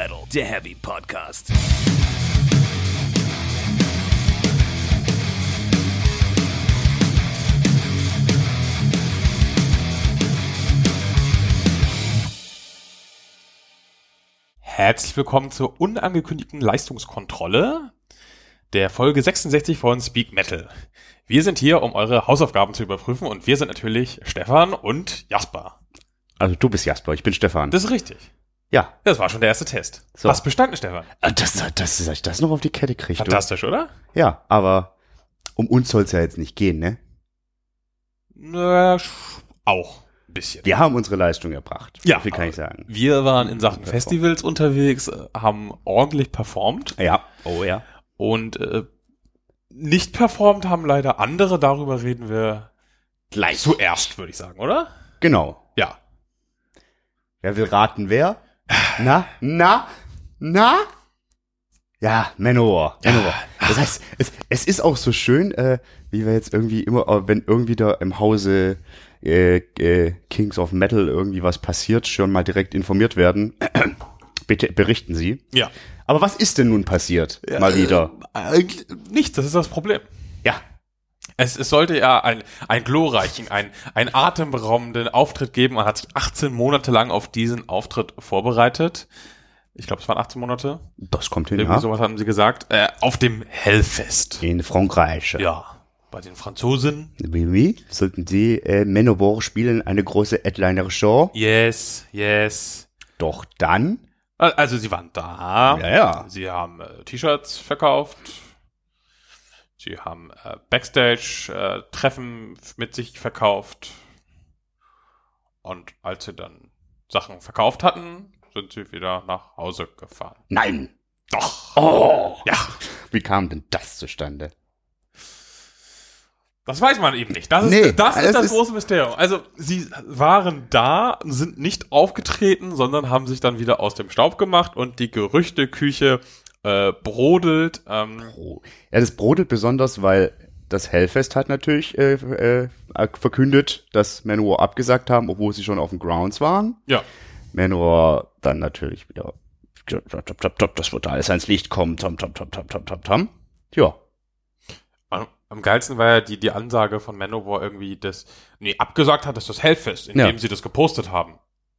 Metal, der Heavy Podcast. Herzlich willkommen zur unangekündigten Leistungskontrolle der Folge 66 von Speak Metal. Wir sind hier, um eure Hausaufgaben zu überprüfen und wir sind natürlich Stefan und Jasper. Also du bist Jasper, ich bin Stefan. Das ist richtig. Ja. Das war schon der erste Test. So. Hast bestanden, Stefan? Dass ich das noch auf die Kette kriege. Fantastisch, oder? Ja, aber um uns soll es ja jetzt nicht gehen, ne? Na, auch ein bisschen. Wir haben unsere Leistung erbracht. Ja. So viel kann ich sagen. Wir waren in Sachen Festivals unterwegs, haben ordentlich performt. Ja. Oh ja. Und nicht performt haben leider andere. Darüber reden wir Gleich. zuerst, würde ich sagen, oder? Genau. Ja. Wer will raten, wer? Na? Ja, Manowar. Das heißt, es ist auch so schön, wie wir jetzt irgendwie immer, wenn irgendwie da im Hause Kings of Metal irgendwie was passiert, schon mal direkt informiert werden. Bitte berichten Sie. Ja. Aber was ist denn nun passiert? Mal wieder. Eigentlich nichts, das ist das Problem. Ja. Es sollte ja ein glorreichen, ein atemberaubenden Auftritt geben. Man hat sich 18 Monate lang auf diesen Auftritt vorbereitet. Ich glaube, es waren 18 Monate. Das kommt hin, Irgendwie ja. sowas haben sie gesagt. Auf dem Hellfest. In Frankreich. Ja, bei den Franzosen. Wie? Sollten Sie Manowar spielen, eine große Headliner-Show? Yes. Doch dann? Also sie waren da. Ja. Sie haben T-Shirts verkauft. Sie haben Backstage-Treffen mit sich verkauft. Und als sie dann Sachen verkauft hatten, sind sie wieder nach Hause gefahren. Nein. Doch. Oh. Ja. Wie kam denn das zustande? Das weiß man eben nicht. Das ist das große Mysterium. Also sie waren da, sind nicht aufgetreten, sondern haben sich dann wieder aus dem Staub gemacht und die Gerüchteküche brodelt. Ja, das brodelt besonders, weil das Hellfest hat natürlich verkündet, dass Manowar abgesagt haben, obwohl sie schon auf den Grounds waren. Ja. Manowar dann natürlich wieder das wird alles ans Licht kommen. Tom. Ja. Am geilsten war ja die Ansage von Manowar irgendwie, abgesagt hat, dass das Hellfest, indem sie das gepostet haben.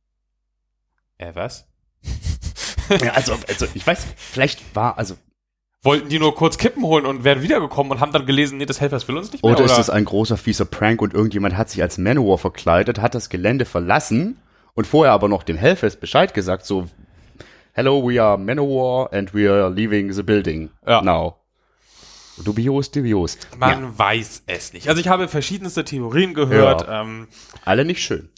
Was? Ja, also ich weiß, vielleicht wollten die nur kurz Kippen holen und wären wiedergekommen und haben dann gelesen, nee, das Hellfest will uns nicht mehr. Oder ist das ein großer, fieser Prank und irgendjemand hat sich als Manowar verkleidet, hat das Gelände verlassen und vorher aber noch dem Hellfest Bescheid gesagt, so, hello, we are Manowar and we are leaving the building now. Dubios. Man weiß es nicht. Also ich habe verschiedenste Theorien gehört. Ja. Alle nicht schön.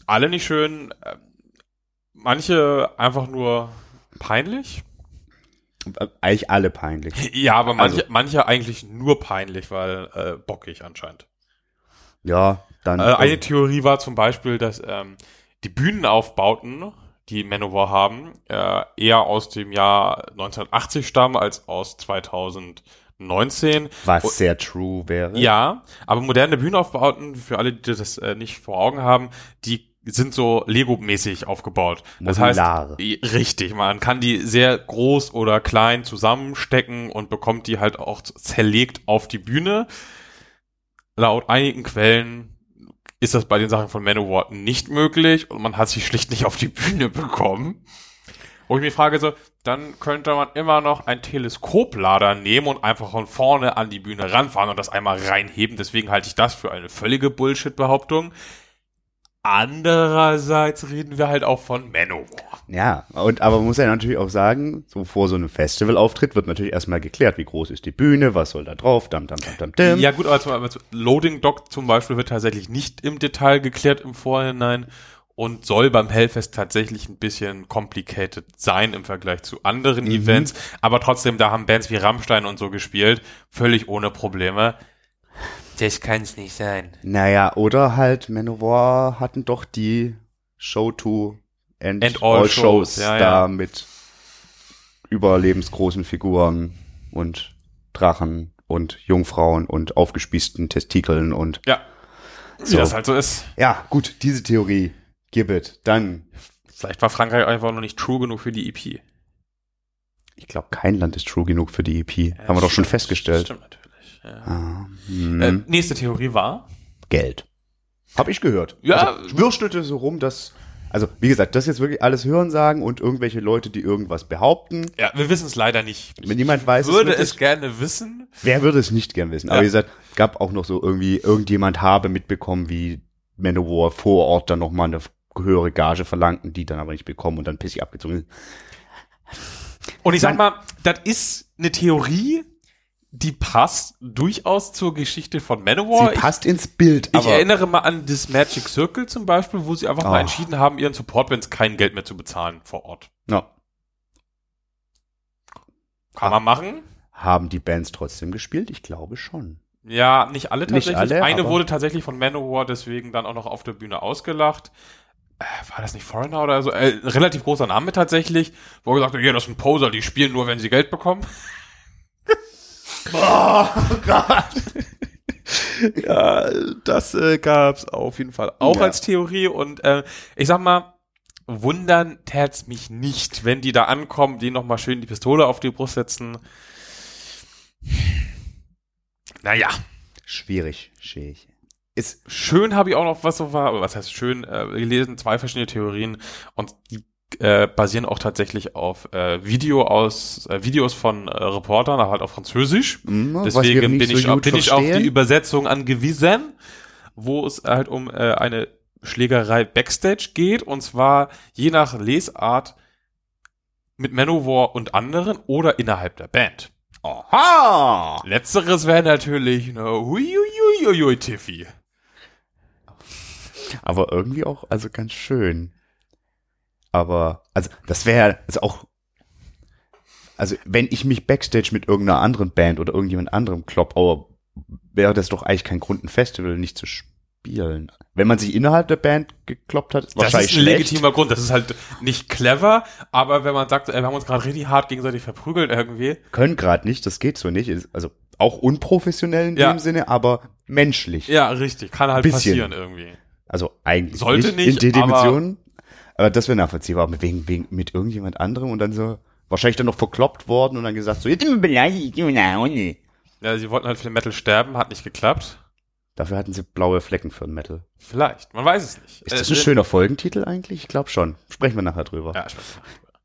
Manche einfach nur peinlich. Eigentlich alle peinlich. Ja, aber manche eigentlich nur peinlich, weil bockig anscheinend. Ja, dann. Eine Theorie war zum Beispiel, dass die Bühnenaufbauten, die Manowar haben, eher aus dem Jahr 1980 stammen als aus 2019. Was sehr true wäre. Ja, aber moderne Bühnenaufbauten, für alle, die das nicht vor Augen haben, die sind so Lego-mäßig aufgebaut. Das Modular. heißt, richtig, man kann die sehr groß oder klein zusammenstecken und bekommt die halt auch zerlegt auf die Bühne. Laut einigen Quellen ist das bei den Sachen von Manowar nicht möglich und man hat sie schlicht nicht auf die Bühne bekommen. Wo ich mich frage, so, dann könnte man immer noch einen Teleskoplader nehmen und einfach von vorne an die Bühne ranfahren und das einmal reinheben. Deswegen halte ich das für eine völlige Bullshit-Behauptung. Andererseits reden wir halt auch von Manowar. Ja, aber man muss ja natürlich auch sagen, so vor so einem Festivalauftritt wird natürlich erstmal geklärt, wie groß ist die Bühne, was soll da drauf, dam. Ja gut, aber zum Loading Dock zum Beispiel wird tatsächlich nicht im Detail geklärt im Vorhinein und soll beim Hellfest tatsächlich ein bisschen complicated sein im Vergleich zu anderen Events, aber trotzdem, da haben Bands wie Rammstein und so gespielt, völlig ohne Probleme. Das kann es nicht sein. Naja, oder halt Manowar hatten doch die Show to End all Shows da mit überlebensgroßen Figuren und Drachen und Jungfrauen und aufgespießten Testikeln und wie das halt so ist. Ja, gut, diese Theorie, give it, dann. Vielleicht war Frankreich einfach noch nicht true genug für die EP. Ich glaube, kein Land ist true genug für die EP. Haben wir doch schon festgestellt. Stimmt natürlich. Ja. Nächste Theorie war? Geld. Hab ich gehört. Ja. Also, würstelte so rum, dass, also wie gesagt, das ist jetzt wirklich alles Hörensagen und irgendwelche Leute, die irgendwas behaupten. Ja, wir wissen es leider nicht. Wenn jemand weiß, würde es gerne wissen. Wer würde es nicht gern wissen? Aber wie gesagt, gab auch noch so irgendwie, irgendjemand habe mitbekommen, wie Manowar vor Ort dann nochmal eine höhere Gage verlangten, die dann aber nicht bekommen und dann pissig abgezogen sind. Und ich sag mal, das ist eine Theorie, die passt durchaus zur Geschichte von Manowar. Sie passt ins Bild. Ich erinnere mal an das Magic Circle zum Beispiel, wo sie einfach mal entschieden haben, ihren Support-Bands kein Geld mehr zu bezahlen vor Ort. Ja. Kann man machen. Haben die Bands trotzdem gespielt? Ich glaube schon. Ja, nicht alle tatsächlich. Nicht alle, eine aber wurde tatsächlich von Manowar deswegen dann auch noch auf der Bühne ausgelacht. War das nicht Foreigner oder so? Ein relativ großer Name tatsächlich, wo er gesagt hat, ja, das sind Poser, die spielen nur, wenn sie Geld bekommen. Oh Gott. Ja, das gab's auf jeden Fall auch als Theorie und ich sag mal, wundern tät's mich nicht, wenn die da ankommen, die nochmal schön die Pistole auf die Brust setzen. Naja. Schwierig. Ist schön, habe ich auch noch was so war, was heißt schön, gelesen, 2 verschiedene Theorien und die basieren auch tatsächlich auf Videos von Reportern, aber halt auf Französisch. Deswegen bin ich auf die Übersetzung angewiesen, wo es halt um eine Schlägerei Backstage geht, und zwar je nach Lesart mit Manowar und anderen oder innerhalb der Band. Aha! Letzteres wäre natürlich eine huiuiuiui Tiffy. Aber irgendwie auch, also ganz schön. Aber, also, das wäre also auch, also, wenn ich mich Backstage mit irgendeiner anderen Band oder irgendjemand anderem klopp, aber wäre das doch eigentlich kein Grund, ein Festival nicht zu spielen. Wenn man sich innerhalb der Band gekloppt hat, ist wahrscheinlich schlecht. Das ist ein legitimer Grund. Das ist halt nicht clever, aber wenn man sagt, wir haben uns gerade richtig hart gegenseitig verprügelt irgendwie. Können gerade nicht, das geht so nicht. Also, auch unprofessionell in dem Sinne, aber menschlich. Ja, richtig. Kann halt passieren irgendwie. Also, eigentlich sollte nicht in der Dimension. Aber das wäre nachvollziehbar, mit irgendjemand anderem und dann so, wahrscheinlich dann noch verkloppt worden und dann gesagt so, jetzt sind wir beleidigt. Ja, sie wollten halt für den Metal sterben, hat nicht geklappt. Dafür hatten sie blaue Flecken für den Metal. Vielleicht, man weiß es nicht. Ist das ein schöner Folgentitel eigentlich? Ich glaube schon. Sprechen wir nachher drüber. Ja, sprechen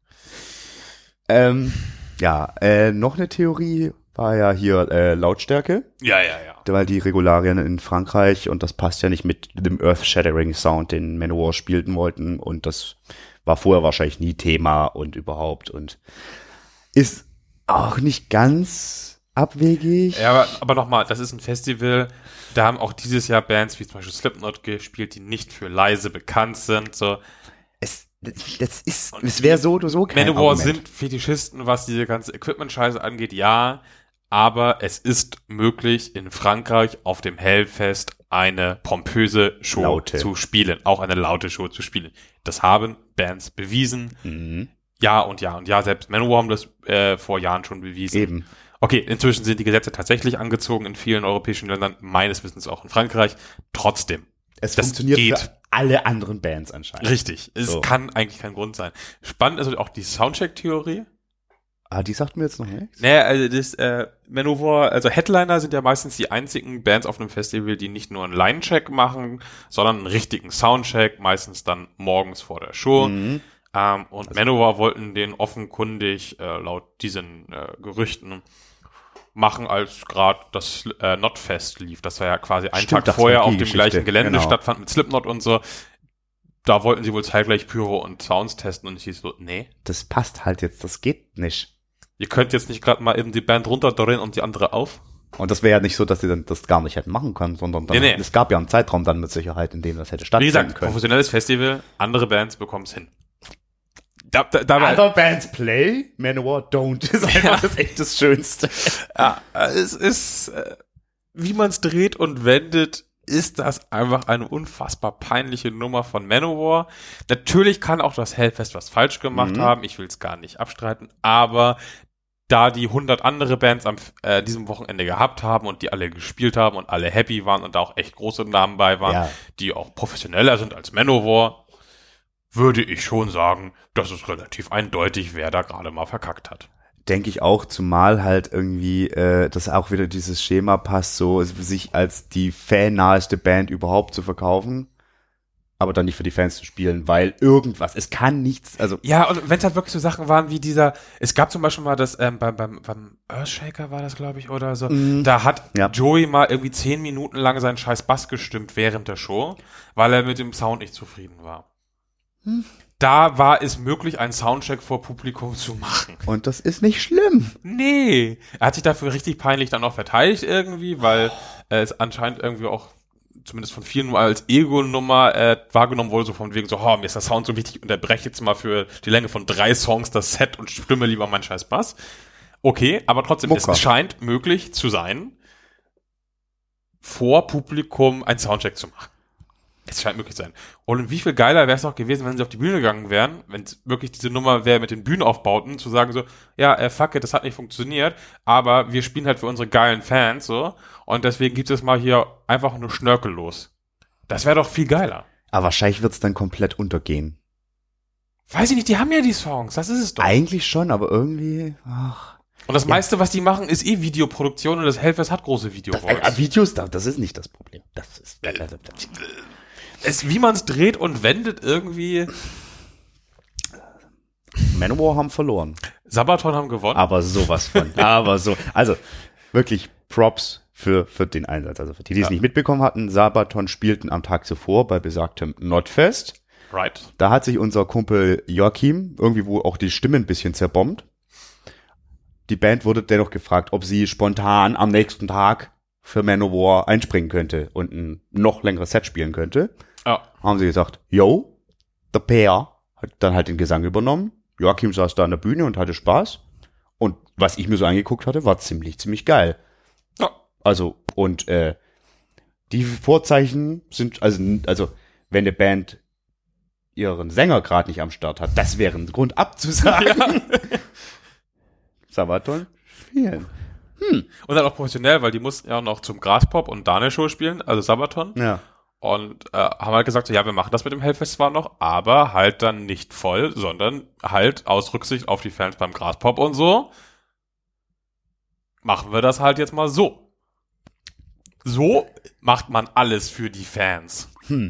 wir nachher drüber. Noch eine Theorie war ja hier Lautstärke. Ja. Weil die Regularien in Frankreich, und das passt ja nicht mit dem Earth-Shattering Sound, den Manowar spielen wollten, und das war vorher wahrscheinlich nie Thema und überhaupt und ist auch nicht ganz abwegig. Ja, aber nochmal, das ist ein Festival, da haben auch dieses Jahr Bands wie zum Beispiel Slipknot gespielt, die nicht für leise bekannt sind, so. Es wäre so oder so kein Manowar Argument. sind Fetischisten, was diese ganze Equipment-Scheiße angeht, ja, aber es ist möglich, in Frankreich auf dem Hellfest eine pompöse Show zu spielen, auch eine laute Show zu spielen. Das haben Bands bewiesen. Mhm. Ja und ja, selbst Manowar haben das vor Jahren schon bewiesen. Eben. Okay, inzwischen sind die Gesetze tatsächlich angezogen in vielen europäischen Ländern, meines Wissens auch in Frankreich. Trotzdem. Es funktioniert für alle anderen Bands anscheinend. Richtig. Es kann eigentlich kein Grund sein. Spannend ist auch die Soundcheck-Theorie. Die sagt mir jetzt noch nichts. Naja, also das Manowar, also Headliner sind ja meistens die einzigen Bands auf einem Festival, die nicht nur einen Line-Check machen, sondern einen richtigen Soundcheck, meistens dann morgens vor der Show. Mhm. Und Manowar wollten den offenkundig laut diesen Gerüchten machen, als gerade das Notfest lief. Das war ja quasi einen Tag vorher auf dem gleichen Gelände stattfand mit Slipknot und so. Da wollten sie wohl zeitgleich Pyro und Sounds testen und ich hieß so, nee. Das passt halt jetzt, das geht nicht. Ihr könnt jetzt nicht gerade mal eben die Band runterdrehen und die andere auf. Und das wäre ja nicht so, dass sie dann das gar nicht hätten machen können, sondern dann, es gab ja einen Zeitraum dann mit Sicherheit, in dem das hätte stattfinden können. Wie gesagt, professionelles Festival, andere Bands bekommen es hin. Other Bands play, Manowar don't. Das ist einfach das echt das Schönste. Ja, es ist, wie man es dreht und wendet, ist das einfach eine unfassbar peinliche Nummer von Manowar. Natürlich kann auch das Hellfest was falsch gemacht haben, ich will es gar nicht abstreiten, aber da die 100 andere Bands am diesem Wochenende gehabt haben und die alle gespielt haben und alle happy waren und da auch echt große Namen bei waren, die auch professioneller sind als Manowar, würde ich schon sagen, das ist relativ eindeutig, wer da gerade mal verkackt hat. Denke ich auch, zumal halt irgendwie das auch wieder dieses Schema passt, so sich als die fannaheste Band überhaupt zu verkaufen, aber dann nicht für die Fans zu spielen, weil irgendwas, es kann nichts, also... Ja, und wenn es halt wirklich so Sachen waren wie es gab zum Beispiel mal das, beim Earthshaker war das, glaube ich, oder so, da hat Joey mal irgendwie 10 Minuten lang seinen scheiß Bass gestimmt während der Show, weil er mit dem Sound nicht zufrieden war. Da war es möglich, einen Soundcheck vor Publikum zu machen. Und das ist nicht schlimm. Nee. Er hat sich dafür richtig peinlich dann auch verteidigt irgendwie, weil es anscheinend irgendwie auch zumindest von vielen nur als Ego-Nummer wahrgenommen wurde, so von wegen so, mir ist der Sound so wichtig, unterbreche jetzt mal für die Länge von 3 Songs das Set und stimme lieber meinen scheiß Bass. Okay, aber trotzdem, es scheint möglich zu sein, vor Publikum einen Soundcheck zu machen. Es scheint möglich zu sein. Und wie viel geiler wäre es auch gewesen, wenn sie auf die Bühne gegangen wären, wenn es wirklich diese Nummer wäre mit den Bühnenaufbauten, zu sagen so, fuck it, das hat nicht funktioniert, aber wir spielen halt für unsere geilen Fans so und deswegen gibt es mal hier einfach nur schnörkellos. Das wäre doch viel geiler. Aber wahrscheinlich wird es dann komplett untergehen. Weiß ich nicht, die haben ja die Songs, das ist es doch. Eigentlich schon, aber irgendwie, Und das meiste, was die machen, ist Videoproduktion und das Hellfest hat große Videowalls. Videos, das ist nicht das Problem. Das ist... Wie man es dreht und wendet irgendwie. Manowar haben verloren. Sabaton haben gewonnen. Aber sowas von. Also wirklich Props für den Einsatz. Also für die es nicht mitbekommen hatten, Sabaton spielten am Tag zuvor bei besagtem Notfest. Right. Da hat sich unser Kumpel Joachim irgendwie wohl auch die Stimme ein bisschen zerbombt. Die Band wurde dennoch gefragt, ob sie spontan am nächsten Tag für Manowar einspringen könnte und ein noch längeres Set spielen könnte. Ja. Haben sie gesagt, yo, der Peer hat dann halt den Gesang übernommen. Joachim saß da an der Bühne und hatte Spaß. Und was ich mir so angeguckt hatte, war ziemlich geil. Ja. Also, und die Vorzeichen sind, also wenn eine Band ihren Sänger gerade nicht am Start hat, das wäre ein Grund abzusagen. Ja. Sabaton spielen. Und dann auch professionell, weil die mussten ja noch zum Graspop und Dane-Show spielen, also Sabaton. Ja. Und haben halt gesagt, so, wir machen das mit dem Hellfest zwar noch, aber halt dann nicht voll, sondern halt aus Rücksicht auf die Fans beim Graspop und so, machen wir das halt jetzt mal so. So macht man alles für die Fans.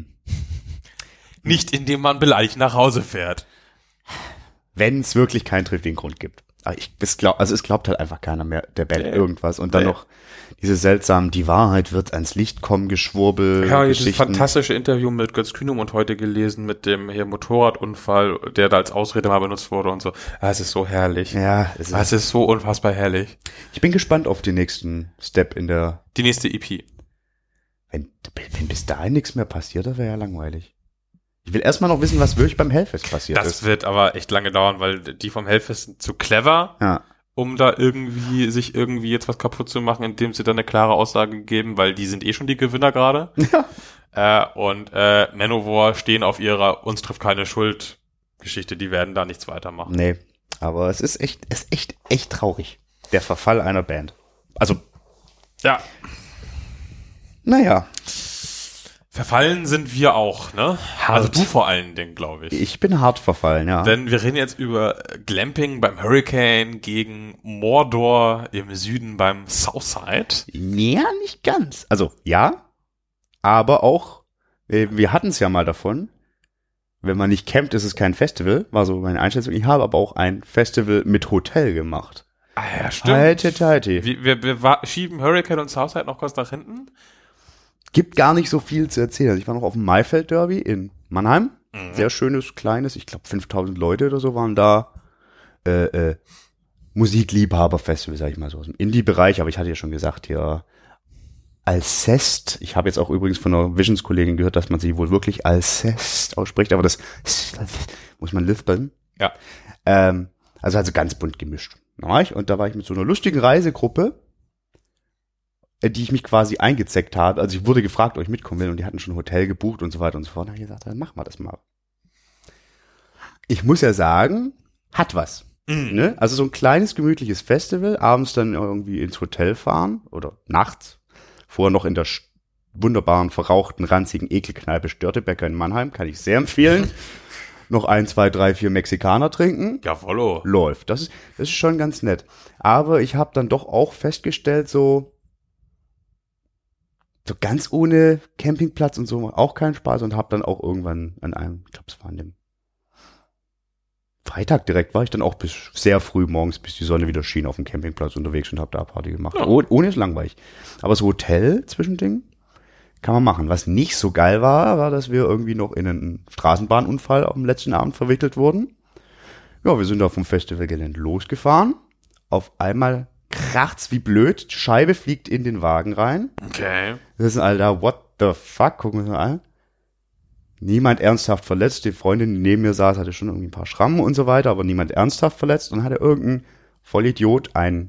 Nicht, indem man beleidigt nach Hause fährt. Wenn es wirklich keinen triftigen Grund gibt. Aber es glaubt halt einfach keiner mehr der Band irgendwas. Und dann noch diese seltsamen, die Wahrheit wird ans Licht kommen, Geschwurbel. Ja, dieses fantastische Interview mit Götz Kühnemund heute gelesen, mit dem hier Motorradunfall, der da als Ausrede mal benutzt wurde und so. Es ist so herrlich. Ja, es ist so unfassbar herrlich. Ich bin gespannt auf den nächsten Step die nächste EP. Wenn bis dahin nichts mehr passiert, das wäre ja langweilig. Ich will erstmal noch wissen, was wirklich beim Hellfest passiert ist. Das wird aber echt lange dauern, weil die vom Hellfest sind zu clever, um da sich irgendwie jetzt was kaputt zu machen, indem sie dann eine klare Aussage geben, weil die sind schon die Gewinner gerade. Ja. Und Manowar stehen auf ihrer uns trifft keine Schuld Geschichte, die werden da nichts weitermachen. Nee, aber es ist echt traurig. Der Verfall einer Band. Also, ja. Naja. Verfallen sind wir auch, ne? Hart. Also du vor allen Dingen, glaube ich. Ich bin hart verfallen, ja. Denn wir reden jetzt über Glamping beim Hurricane gegen Mordor im Süden beim Southside. Ja, nicht ganz. Also, ja, aber auch, wir hatten es ja mal davon, wenn man nicht campt, ist es kein Festival, war so meine Einschätzung. Ich habe aber auch ein Festival mit Hotel gemacht. Ah ja, stimmt. Heiti. Wir schieben Hurricane und Southside noch kurz nach hinten. Gibt gar nicht so viel zu erzählen. Ich war noch auf dem Maifeld-Derby in Mannheim. Sehr schönes, kleines, ich glaube 5000 Leute oder so waren da. Musikliebhaber-Festival, sag ich mal so, aus dem Indie-Bereich. Aber ich hatte ja schon gesagt, hier Alcest. Ich habe jetzt auch übrigens von einer Visions-Kollegin gehört, dass man sie wohl wirklich Alcest ausspricht. Aber das muss man lispeln. Ja. Also ganz bunt gemischt. Und da war ich mit so einer lustigen Reisegruppe, die ich mich quasi eingezeckt habe. Also ich wurde gefragt, ob ich mitkommen will und die hatten schon ein Hotel gebucht und so weiter und so fort. Da habe ich gesagt, dann machen wir das mal. Ich muss ja sagen, hat was. Ne? Also so ein kleines, gemütliches Festival, abends dann irgendwie ins Hotel fahren oder nachts. Vorher noch in der wunderbaren, verrauchten, ranzigen Ekelkneipe Störtebecker in Mannheim. Kann ich sehr empfehlen. noch 1, 2, 3, 4 Mexikaner trinken. Jawollo. Läuft. Das ist schon ganz nett. Aber ich habe dann doch auch festgestellt, so ganz ohne Campingplatz und so auch keinen Spaß und habe dann auch irgendwann an einem, ich glaube, es war an dem Freitag direkt, war ich dann auch bis sehr früh morgens, bis die Sonne wieder schien, auf dem Campingplatz unterwegs und habe da Party gemacht. Ja. Ohne ist langweilig. Aber so Hotel-Zwischending kann man machen. Was nicht so geil war, dass wir irgendwie noch in einen Straßenbahnunfall am letzten Abend verwickelt wurden. Ja, wir sind da vom Festivalgelände losgefahren. Auf einmal kracht's wie blöd. Die Scheibe fliegt in den Wagen rein. Okay. Das ist Alter, what the fuck? Gucken wir mal an. Niemand ernsthaft verletzt. Die Freundin, die neben mir saß, hatte schon irgendwie ein paar Schrammen und so weiter, aber niemand ernsthaft verletzt. Und hatte irgendein Vollidiot ein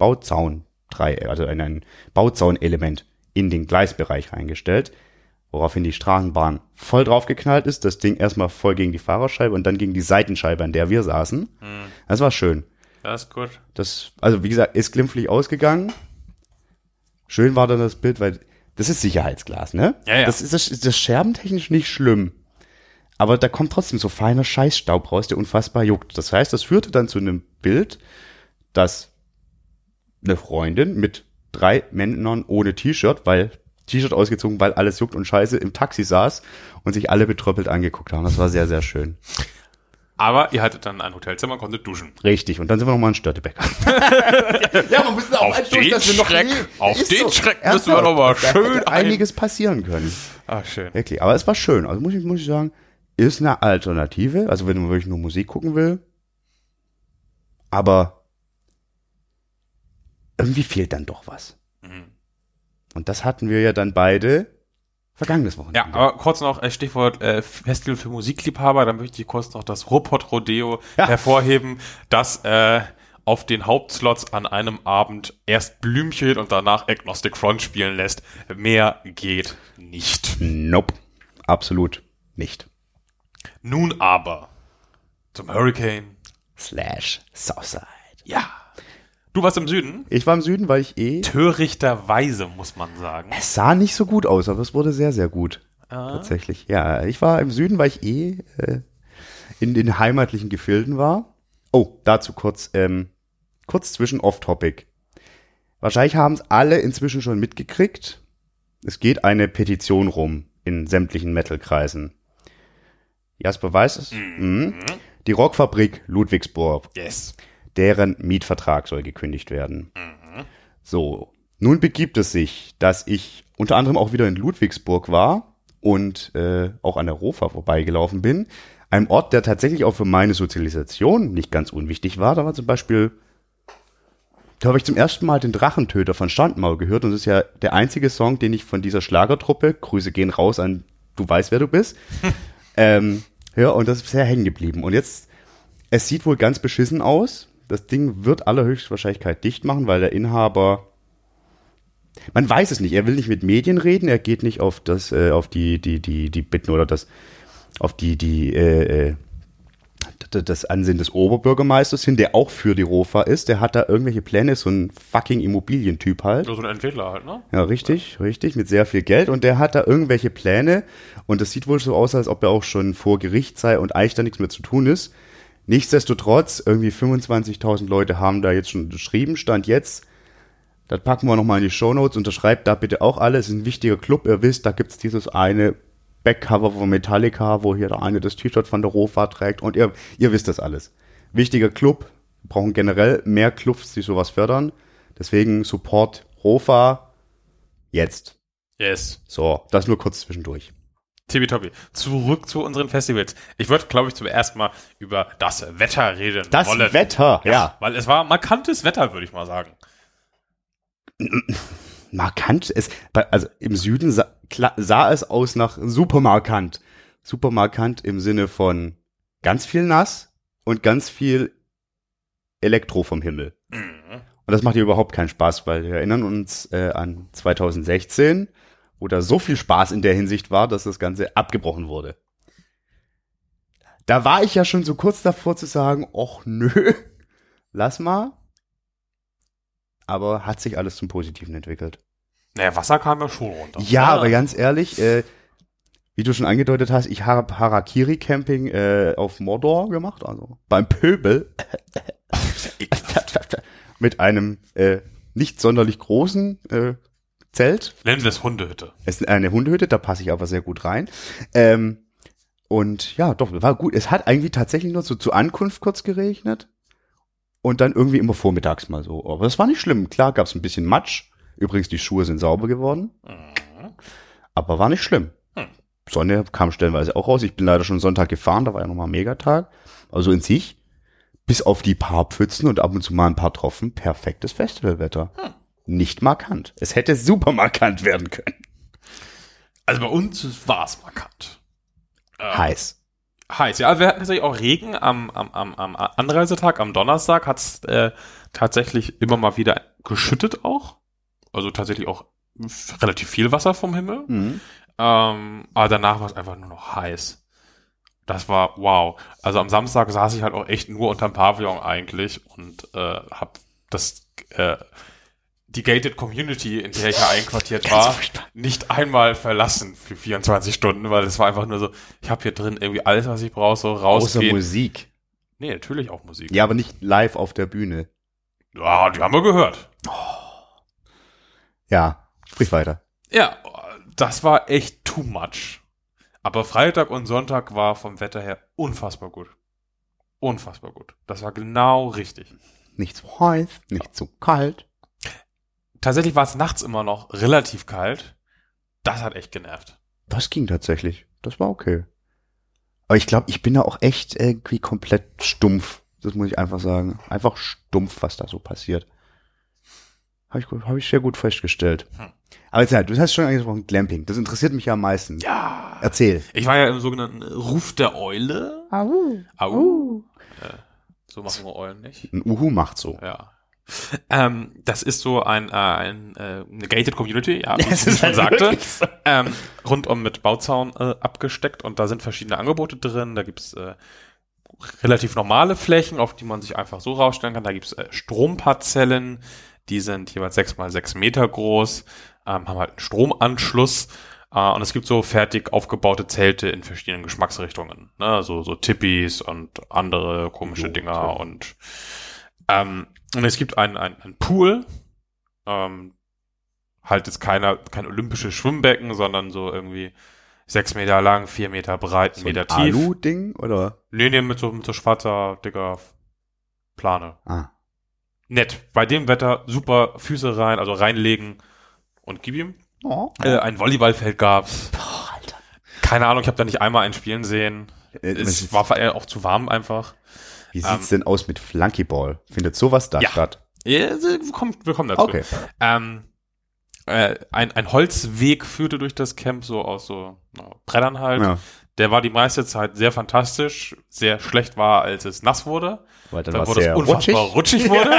ein Bauzaunelement in den Gleisbereich reingestellt, woraufhin die Straßenbahn voll draufgeknallt ist, das Ding erstmal voll gegen die Fahrerscheibe und dann gegen die Seitenscheibe, an der wir saßen. Das war schön. Das ist gut. Also wie gesagt, ist glimpflich ausgegangen. Schön war dann das Bild, weil das ist Sicherheitsglas, ne? Ja. Das ist scherbentechnisch nicht schlimm. Aber da kommt trotzdem so feiner Scheißstaub raus, der unfassbar juckt. Das heißt, das führte dann zu einem Bild, dass eine Freundin mit 3 Männern ohne T-Shirt, weil T-Shirt ausgezogen, weil alles juckt und scheiße, im Taxi saß und sich alle betröppelt angeguckt haben. Das war sehr, sehr schön. Aber ihr hattet dann ein Hotelzimmer und konntet duschen. Richtig. Und dann sind wir nochmal in Störtebeck. Ja, man musste Auf den Schreck müssen wir noch mal schön einiges passieren können. Ach, schön. Wirklich. Aber es war schön. Also muss ich sagen, ist eine Alternative. Also wenn man wirklich nur Musik gucken will. Aber irgendwie fehlt dann doch was. Und das hatten wir ja dann beide vergangenes Wochenende. Ja, aber kurz noch Stichwort Festival für Musikliebhaber, da möchte ich kurz noch das Ruhrpott Rodeo hervorheben, das auf den Hauptslots an einem Abend erst Blümchen und danach Agnostic Front spielen lässt. Mehr geht nicht. Nope. Absolut nicht. Nun aber zum Hurricane / Southside. Ja. Du warst im Süden? Ich war im Süden, weil ich Törichterweise, muss man sagen. Es sah nicht so gut aus, aber es wurde sehr, sehr gut. Tatsächlich. Ja, ich war im Süden, weil ich in den heimatlichen Gefilden war. Oh, dazu kurz zwischen Off-Topic. Wahrscheinlich haben es alle inzwischen schon mitgekriegt. Es geht eine Petition rum in sämtlichen Metal-Kreisen. Jasper weiß es. Die Rockfabrik Ludwigsburg. Yes. Deren Mietvertrag soll gekündigt werden. So, nun begibt es sich, dass ich unter anderem auch wieder in Ludwigsburg war und auch an der Rofa vorbeigelaufen bin. Einem Ort, der tatsächlich auch für meine Sozialisation nicht ganz unwichtig war. Da war zum Beispiel, da habe ich zum ersten Mal den Drachentöter von Standmaul gehört und das ist ja der einzige Song, den ich von dieser Schlagertruppe, Grüße gehen raus an Du weißt, wer du bist, höre und das ist sehr hängen geblieben. Und jetzt, es sieht wohl ganz beschissen aus. Das Ding wird allerhöchst Wahrscheinlichkeit dicht machen, weil der Inhaber, man weiß es nicht, er will nicht mit Medien reden, er geht nicht auf das, auf die Bitten oder das, auf das Ansehen des Oberbürgermeisters hin, der auch für die Rofa ist, der hat da irgendwelche Pläne, so ein fucking Immobilientyp halt. So ein Entwickler halt, ne? Ja, richtig, mit sehr viel Geld und der hat da irgendwelche Pläne und das sieht wohl so aus, als ob er auch schon vor Gericht sei und eigentlich da nichts mehr zu tun ist. Nichtsdestotrotz, irgendwie 25.000 Leute haben da jetzt schon unterschrieben, Stand jetzt. Das packen wir nochmal in die Shownotes, unterschreibt da bitte auch alle. Es ist ein wichtiger Club, ihr wisst, da gibt's dieses eine Backcover von Metallica, wo hier der eine das T-Shirt von der Rofa trägt und ihr wisst das alles. Wichtiger Club, wir brauchen generell mehr Clubs, die sowas fördern. Deswegen Support Rofa jetzt. Yes. So, das nur kurz zwischendurch. Tippitoppi. Zurück zu unseren Festivals. Ich würde, glaube ich, zum ersten Mal über das Wetter reden wollen. Das Wetter, ja. Weil es war markantes Wetter, würde ich mal sagen. Markant? Also im Süden sah es aus nach supermarkant. Supermarkant im Sinne von ganz viel nass und ganz viel Elektro vom Himmel. Und das macht dir überhaupt keinen Spaß, weil wir erinnern uns an 2016, wo da so viel Spaß in der Hinsicht war, dass das Ganze abgebrochen wurde. Da war ich ja schon so kurz davor zu sagen, och nö, lass mal. Aber hat sich alles zum Positiven entwickelt. Naja, Wasser kam ja schon runter. Ja, aber ganz ehrlich, wie du schon angedeutet hast, ich habe Harakiri-Camping auf Mordor gemacht, also beim Pöbel. Mit einem nicht sonderlich großen Zelt. Nennen wir es Hundehütte. Es ist eine Hundehütte, da passe ich aber sehr gut rein. Und ja, doch, war gut. Es hat eigentlich tatsächlich nur so zur Ankunft kurz geregnet. Und dann irgendwie immer vormittags mal so. Aber das war nicht schlimm. Klar gab es ein bisschen Matsch. Übrigens, die Schuhe sind sauber geworden. Aber war nicht schlimm. Sonne kam stellenweise auch raus. Ich bin leider schon Sonntag gefahren, da war ja nochmal Megatag. Also in sich, bis auf die paar Pfützen und ab und zu mal ein paar Tropfen, perfektes Festivalwetter. Nicht markant. Es hätte super markant werden können. Also bei uns war es markant. Heiß. Heiß, ja. Wir hatten tatsächlich auch Regen am Anreisetag, am Donnerstag hat es tatsächlich immer mal wieder geschüttet auch. Also tatsächlich auch relativ viel Wasser vom Himmel. Mhm. Aber danach war es einfach nur noch heiß. Das war wow. Also am Samstag saß ich halt auch echt nur unterm Pavillon eigentlich und hab die gated Community, in der ich ja einquartiert war, nicht einmal verlassen für 24 Stunden, weil es war einfach nur so, ich habe hier drin irgendwie alles, was ich brauche, so rausgehen. Außer Musik. Nee, natürlich auch Musik. Ja, aber nicht live auf der Bühne. Ja, die haben wir gehört. Ja, sprich weiter. Ja, das war echt too much. Aber Freitag und Sonntag war vom Wetter her unfassbar gut. Unfassbar gut. Das war genau richtig. Nicht zu heiß, nicht zu kalt. Tatsächlich war es nachts immer noch relativ kalt. Das hat echt genervt. Das ging tatsächlich. Das war okay. Aber ich glaube, ich bin da auch echt irgendwie komplett stumpf. Das muss ich einfach sagen. Einfach stumpf, was da so passiert. Hab ich sehr gut festgestellt. Aber jetzt du hast schon angesprochen, Glamping. Das interessiert mich ja am meisten. Ja. Erzähl. Ich war ja im sogenannten Ruf der Eule. Au. Au. So machen wir Eulen nicht. Ein Uhu macht so. Ja. Das ist so eine gated Community, ja, wie Das ich ist schon halt sagte. wirklich so. Rundum mit Bauzaun abgesteckt und da sind verschiedene Angebote drin. Da gibt's relativ normale Flächen, auf die man sich einfach so rausstellen kann. Da gibt's Stromparzellen, die sind jeweils 6x6 Meter groß, haben halt einen Stromanschluss. Und es gibt so fertig aufgebaute Zelte in verschiedenen Geschmacksrichtungen. Ne? So Tippis und andere komische Dinger. Und es gibt einen Pool. Halt jetzt kein olympisches Schwimmbecken, sondern so irgendwie 6 Meter lang, 4 Meter breit, 1 Meter tief. Alu-Ding, oder? Nee, mit so schwarzer, dicker Plane. Ah. Nett. Bei dem Wetter super Füße rein, also reinlegen und gib ihm. Oh. Ein Volleyballfeld gab's. Boah, Alter. Keine Ahnung, ich habe da nicht einmal ein Spielen sehen. Es war auch zu warm einfach. Wie sieht's denn aus mit Flunkyball? Findet sowas da statt? Ja, wir kommen dazu. Okay. Ein Holzweg führte durch das Camp, so aus so Brettern halt. Ja. Der war die meiste Zeit sehr fantastisch. Sehr schlecht war, als es nass wurde. Weil dann Dann war wurde es sehr unfassbar rutschig wurde.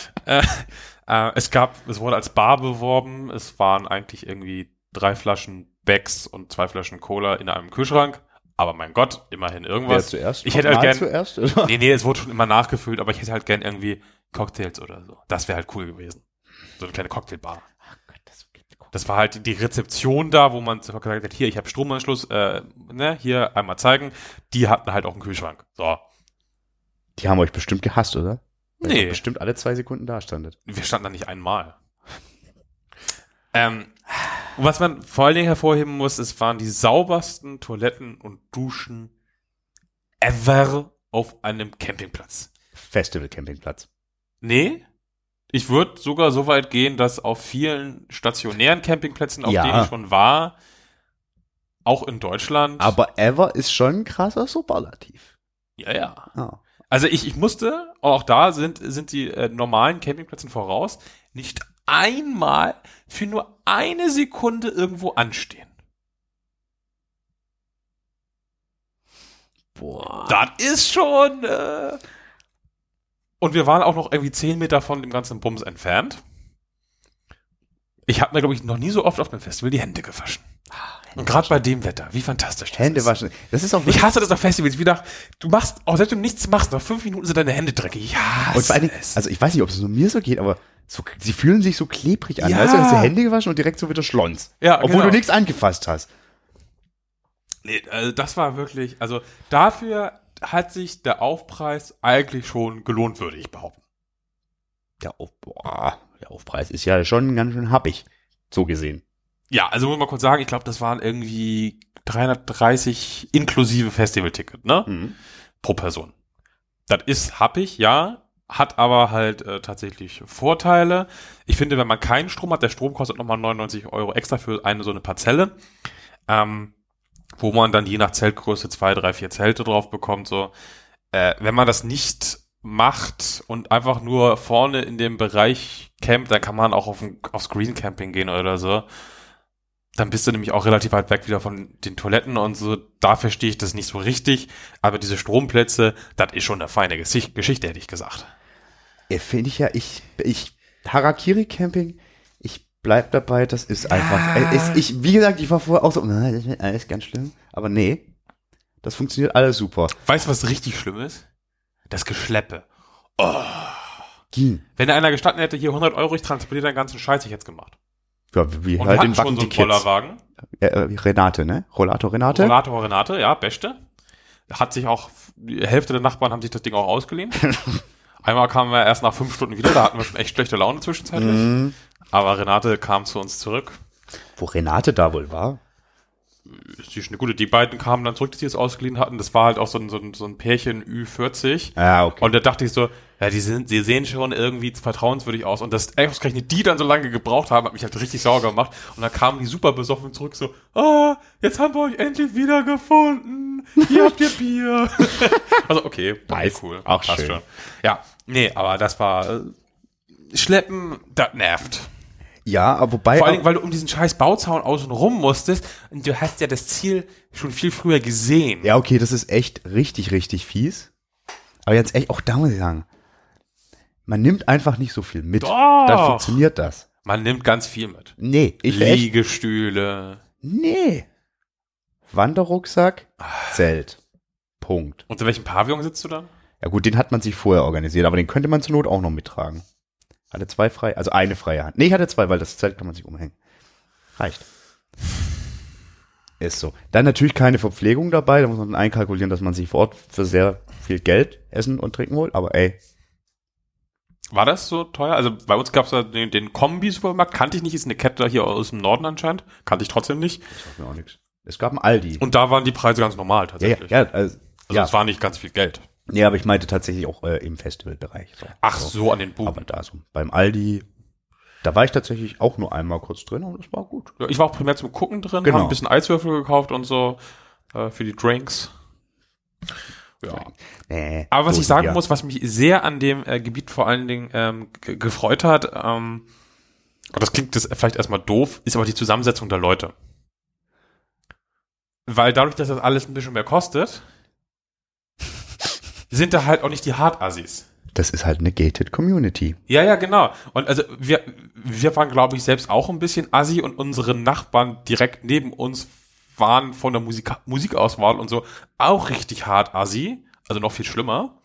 Es wurde als Bar beworben. Es waren eigentlich irgendwie 3 Flaschen Becks und 2 Flaschen Cola in einem Kühlschrank. Aber mein Gott, immerhin irgendwas. Wer zuerst? Ich hätte halt gern, zuerst, oder? Nee, es wurde schon immer nachgefüllt, aber ich hätte halt gern irgendwie Cocktails oder so. Das wäre halt cool gewesen. So eine kleine Cocktailbar. Das war halt die Rezeption da, wo man gesagt hat, hier, ich habe Stromanschluss, hier einmal zeigen. Die hatten halt auch einen Kühlschrank. So. Die haben euch bestimmt gehasst, oder? Weil Nee. ihr bestimmt alle 2 Sekunden da standet. Wir standen da nicht einmal. Was man vor allen Dingen hervorheben muss, es waren die saubersten Toiletten und Duschen ever auf einem Campingplatz. Festival-Campingplatz. Nee, ich würde sogar so weit gehen, dass auf vielen stationären Campingplätzen, auf Ja. denen ich schon war, auch in Deutschland. Aber ever ist schon ein krasser Superlativ. Ja. Ah. Also ich musste, auch da sind die normalen Campingplätzen voraus, nicht einmal für nur eine Sekunde irgendwo anstehen. Boah. Das ist schon. Und wir waren auch noch irgendwie 10 Meter von dem ganzen Bums entfernt. Ich habe mir, glaube ich, noch nie so oft auf einem Festival die Hände gewaschen. Und gerade bei dem Wetter, wie fantastisch das Hände ist. waschen. Das ist auch Ich wirklich. hasse das auf Festivals, wie du machst, auch selbst wenn du nichts machst, nach 5 Minuten sind deine Hände dreckig. Ja, Und vor allen Dingen, also ich weiß nicht, ob es nur mir so geht, aber so, sie fühlen sich so klebrig an. Ja. Weißt du, hast du Hände gewaschen und direkt so wieder Schlons. Ja, Obwohl genau. du nichts angefasst hast. Nee, also das war wirklich, also dafür hat sich der Aufpreis eigentlich schon gelohnt, würde ich behaupten. Der Aufpreis ist ja schon ganz schön happig, so gesehen. Ja, also muss man kurz sagen, ich glaube, das waren irgendwie 330 inklusive Festivalticket, ne? Mhm. Pro Person. Das ist happig, ja, hat aber halt tatsächlich Vorteile. Ich finde, wenn man keinen Strom hat, der Strom kostet nochmal 99 € extra für so eine Parzelle, wo man dann je nach Zeltgröße 2, 3, 4 Zelte drauf bekommt, so. Wenn man das nicht macht und einfach nur vorne in dem Bereich campt, dann kann man auch aufs Green Camping gehen oder so. Dann bist du nämlich auch relativ weit weg wieder von den Toiletten und so. Da verstehe ich das nicht so richtig. Aber diese Stromplätze, das ist schon eine feine Geschichte, hätte ich gesagt. Finde ich ja, Harakiri-Camping, ich bleib dabei, das ist einfach, wie gesagt, ich war vorher auch so, das ist alles ganz schlimm. Aber nee, das funktioniert alles super. Weißt du, was richtig schlimm ist? Das Geschleppe. Oh. Ging. Wenn da einer gestanden hätte, hier 100 €, ich transportiere deinen ganzen Scheiß, ich hätte es gemacht. Ja, wie Und halt wir den hatten schon Wacken so die einen Kids. Bollerwagen. Renate, ne? Rollator Renate? Rollator Renate, ja, beste. Hat sich auch, die Hälfte der Nachbarn haben sich das Ding auch ausgeliehen. Einmal kamen wir erst nach 5 Stunden wieder, da hatten wir schon echt schlechte Laune zwischenzeitlich. Aber Renate kam zu uns zurück. Wo Renate da wohl war? Ist die schon eine gute. Die beiden kamen dann zurück, die es ausgeliehen hatten. Das war halt auch so ein Pärchen Ü40. Ah, okay. Und da dachte ich so, ja, sie sehen schon irgendwie vertrauenswürdig aus. Und dass ausgerechnet die dann so lange gebraucht haben, hat mich halt richtig sauer gemacht. Und dann kamen die super besoffen zurück so, jetzt haben wir euch endlich wieder gefunden. Hier habt ihr Bier. Also okay, Nice. Cool. Auch Passt schön. schon. Ja, nee, aber das war Schleppen, das nervt. Ja, aber wobei... Vor allem, weil du um diesen scheiß Bauzaun außen rum musstest und du hast ja das Ziel schon viel früher gesehen. Ja, okay, das ist echt richtig, richtig fies. Aber jetzt echt, auch da muss ich sagen, man nimmt einfach nicht so viel mit. Doch. Dann funktioniert das. Man nimmt ganz viel mit. Nee, Liegestühle. Nee. Wanderrucksack, Zelt. Punkt. Und in welchem Pavillon sitzt du dann? Ja gut, den hat man sich vorher organisiert, aber den könnte man zur Not auch noch mittragen. Hatte 2 frei, also eine freie Hand. Nee, ich hatte 2, weil das Zelt kann man sich umhängen. Reicht. Ist so. Dann natürlich keine Verpflegung dabei, da muss man einkalkulieren, dass man sich vor Ort für sehr viel Geld Essen und Trinken holt, aber ey. War das so teuer? Also bei uns gab es ja den Kombi-Supermarkt, kannte ich nicht, ist eine Kette hier aus dem Norden anscheinend, kannte ich trotzdem nicht. Das sagt mir auch nichts. Es gab einen Aldi. Und da waren die Preise ganz normal tatsächlich. Also es war nicht ganz viel Geld. Nee, aber ich meinte tatsächlich auch im Festivalbereich. So. Ach so, an den Buben. Aber da so. Beim Aldi, da war ich tatsächlich auch nur einmal kurz drin und das war gut. Ja, ich war auch primär zum Gucken drin, Genau. haben ein bisschen Eiswürfel gekauft und so für die Drinks. Ja. Nee, Aber was so ich sagen ja. muss, was mich sehr an dem Gebiet vor allen Dingen gefreut hat, und das klingt jetzt vielleicht erstmal doof, ist aber die Zusammensetzung der Leute. Weil dadurch, dass das alles ein bisschen mehr kostet, sind da halt auch nicht die Hartassis. Das ist halt eine gated Community. Ja, genau. Und also wir waren, glaube ich, selbst auch ein bisschen assi und unsere Nachbarn direkt neben uns waren von der Musikauswahl und so auch richtig hart assi. Also noch viel schlimmer.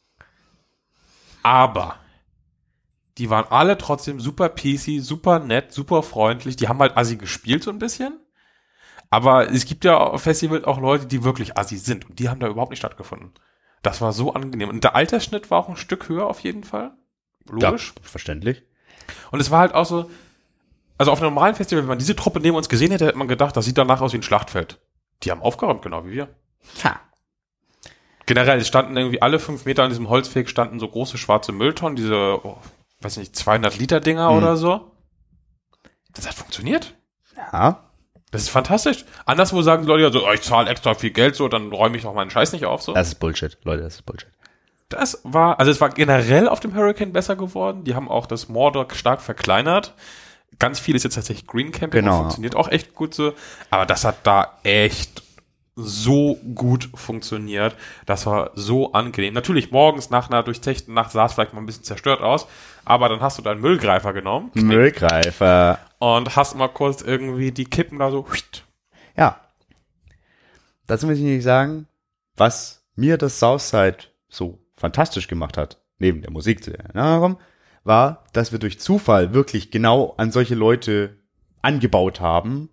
Aber die waren alle trotzdem super peasy, super nett, super freundlich. Die haben halt assi gespielt so ein bisschen. Aber es gibt ja auf Festivals auch Leute, die wirklich assi sind. Und die haben da überhaupt nicht stattgefunden. Das war so angenehm. Und der Altersschnitt war auch ein Stück höher auf jeden Fall. Logisch. Ja, verständlich. Und es war halt auch so, also auf einem normalen Festival, wenn man diese Truppe neben uns gesehen hätte, hätte man gedacht, das sieht danach aus wie ein Schlachtfeld. Die haben aufgeräumt, genau wie wir. Ha. Generell, es standen irgendwie alle 5 Meter an diesem Holzweg standen so große schwarze Mülltonnen, diese, weiß nicht, 200 Liter Dinger oder so. Das hat funktioniert. Ja. Das ist fantastisch. Anderswo sagen die Leute ja so, ich zahle extra viel Geld, so, dann räume ich doch meinen Scheiß nicht auf, so. Das ist Bullshit, Leute, das ist Bullshit. Es war generell auf dem Hurricane besser geworden. Die haben auch das Mordor stark verkleinert. Ganz viel ist jetzt tatsächlich Green Camping, Genau. funktioniert auch echt gut so. Aber das hat da echt so gut funktioniert. Das war so angenehm. Natürlich morgens nach einer durchzechten Nacht sah es vielleicht mal ein bisschen zerstört aus, aber dann hast du deinen Müllgreifer genommen. Müllgreifer. Und hast mal kurz irgendwie die Kippen da so. Ja. Dazu muss ich nicht sagen, was mir das Southside so fantastisch gemacht hat, neben der Musik zu erinnern, war, dass wir durch Zufall wirklich genau an solche Leute angebaut haben,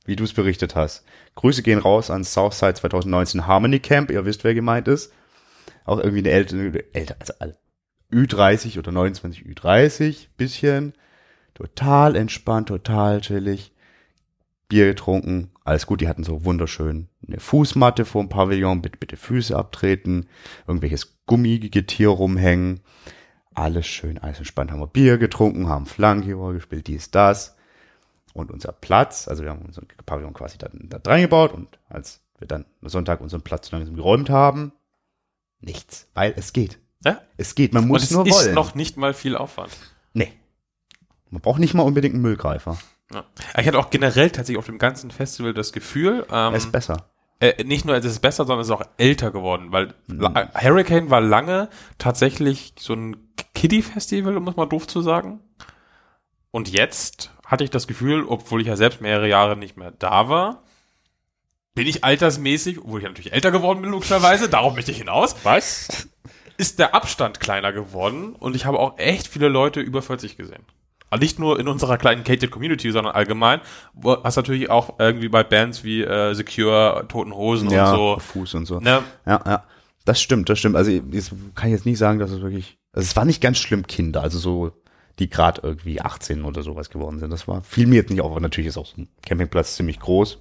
wie du es berichtet hast. Grüße gehen raus an Southside 2019 Harmony Camp. Ihr wisst, wer gemeint ist. Auch irgendwie eine älter, also Ü30 oder 29 Ü30, bisschen. Total entspannt, total chillig. Bier getrunken, alles gut. Die hatten so wunderschön eine Fußmatte vor dem Pavillon, bitte Füße abtreten, irgendwelches Gummigetier rumhängen. Alles schön, alles entspannt. Haben wir Bier getrunken, haben Flankeball gespielt, dies, das. Und unser Platz, also wir haben unseren Pavillon quasi da dran gebaut und als wir dann am Sonntag unseren Platz langsam geräumt haben, nichts, weil es geht. Ja? Es geht, man muss nur wollen. Und es ist noch nicht mal viel Aufwand. Nee. Man braucht nicht mal unbedingt einen Müllgreifer. Ja. Ich hatte auch generell tatsächlich auf dem ganzen Festival das Gefühl, Er ist besser. Nicht nur es ist besser, sondern es ist auch älter geworden, weil Hurricane war lange tatsächlich so ein Kiddie-Festival, um es mal doof zu sagen. Und jetzt hatte ich das Gefühl, obwohl ich ja selbst mehrere Jahre nicht mehr da war, bin ich altersmäßig, obwohl ich ja natürlich älter geworden bin, logischerweise, darauf möchte ich hinaus. Was? Ist der Abstand kleiner geworden und ich habe auch echt viele Leute über 40 gesehen. Aber nicht nur in unserer kleinen Cated Community, sondern allgemein. Hast natürlich auch irgendwie bei Bands wie The Cure, Toten Hosen und so. Fuß und so. Ne? Ja. Das stimmt. Also ich kann jetzt nicht sagen, dass es wirklich, also es war nicht ganz schlimm Kinder, also so, die gerade irgendwie 18 oder sowas geworden sind. Das fiel mir jetzt nicht auf, aber natürlich ist auch so ein Campingplatz ziemlich groß.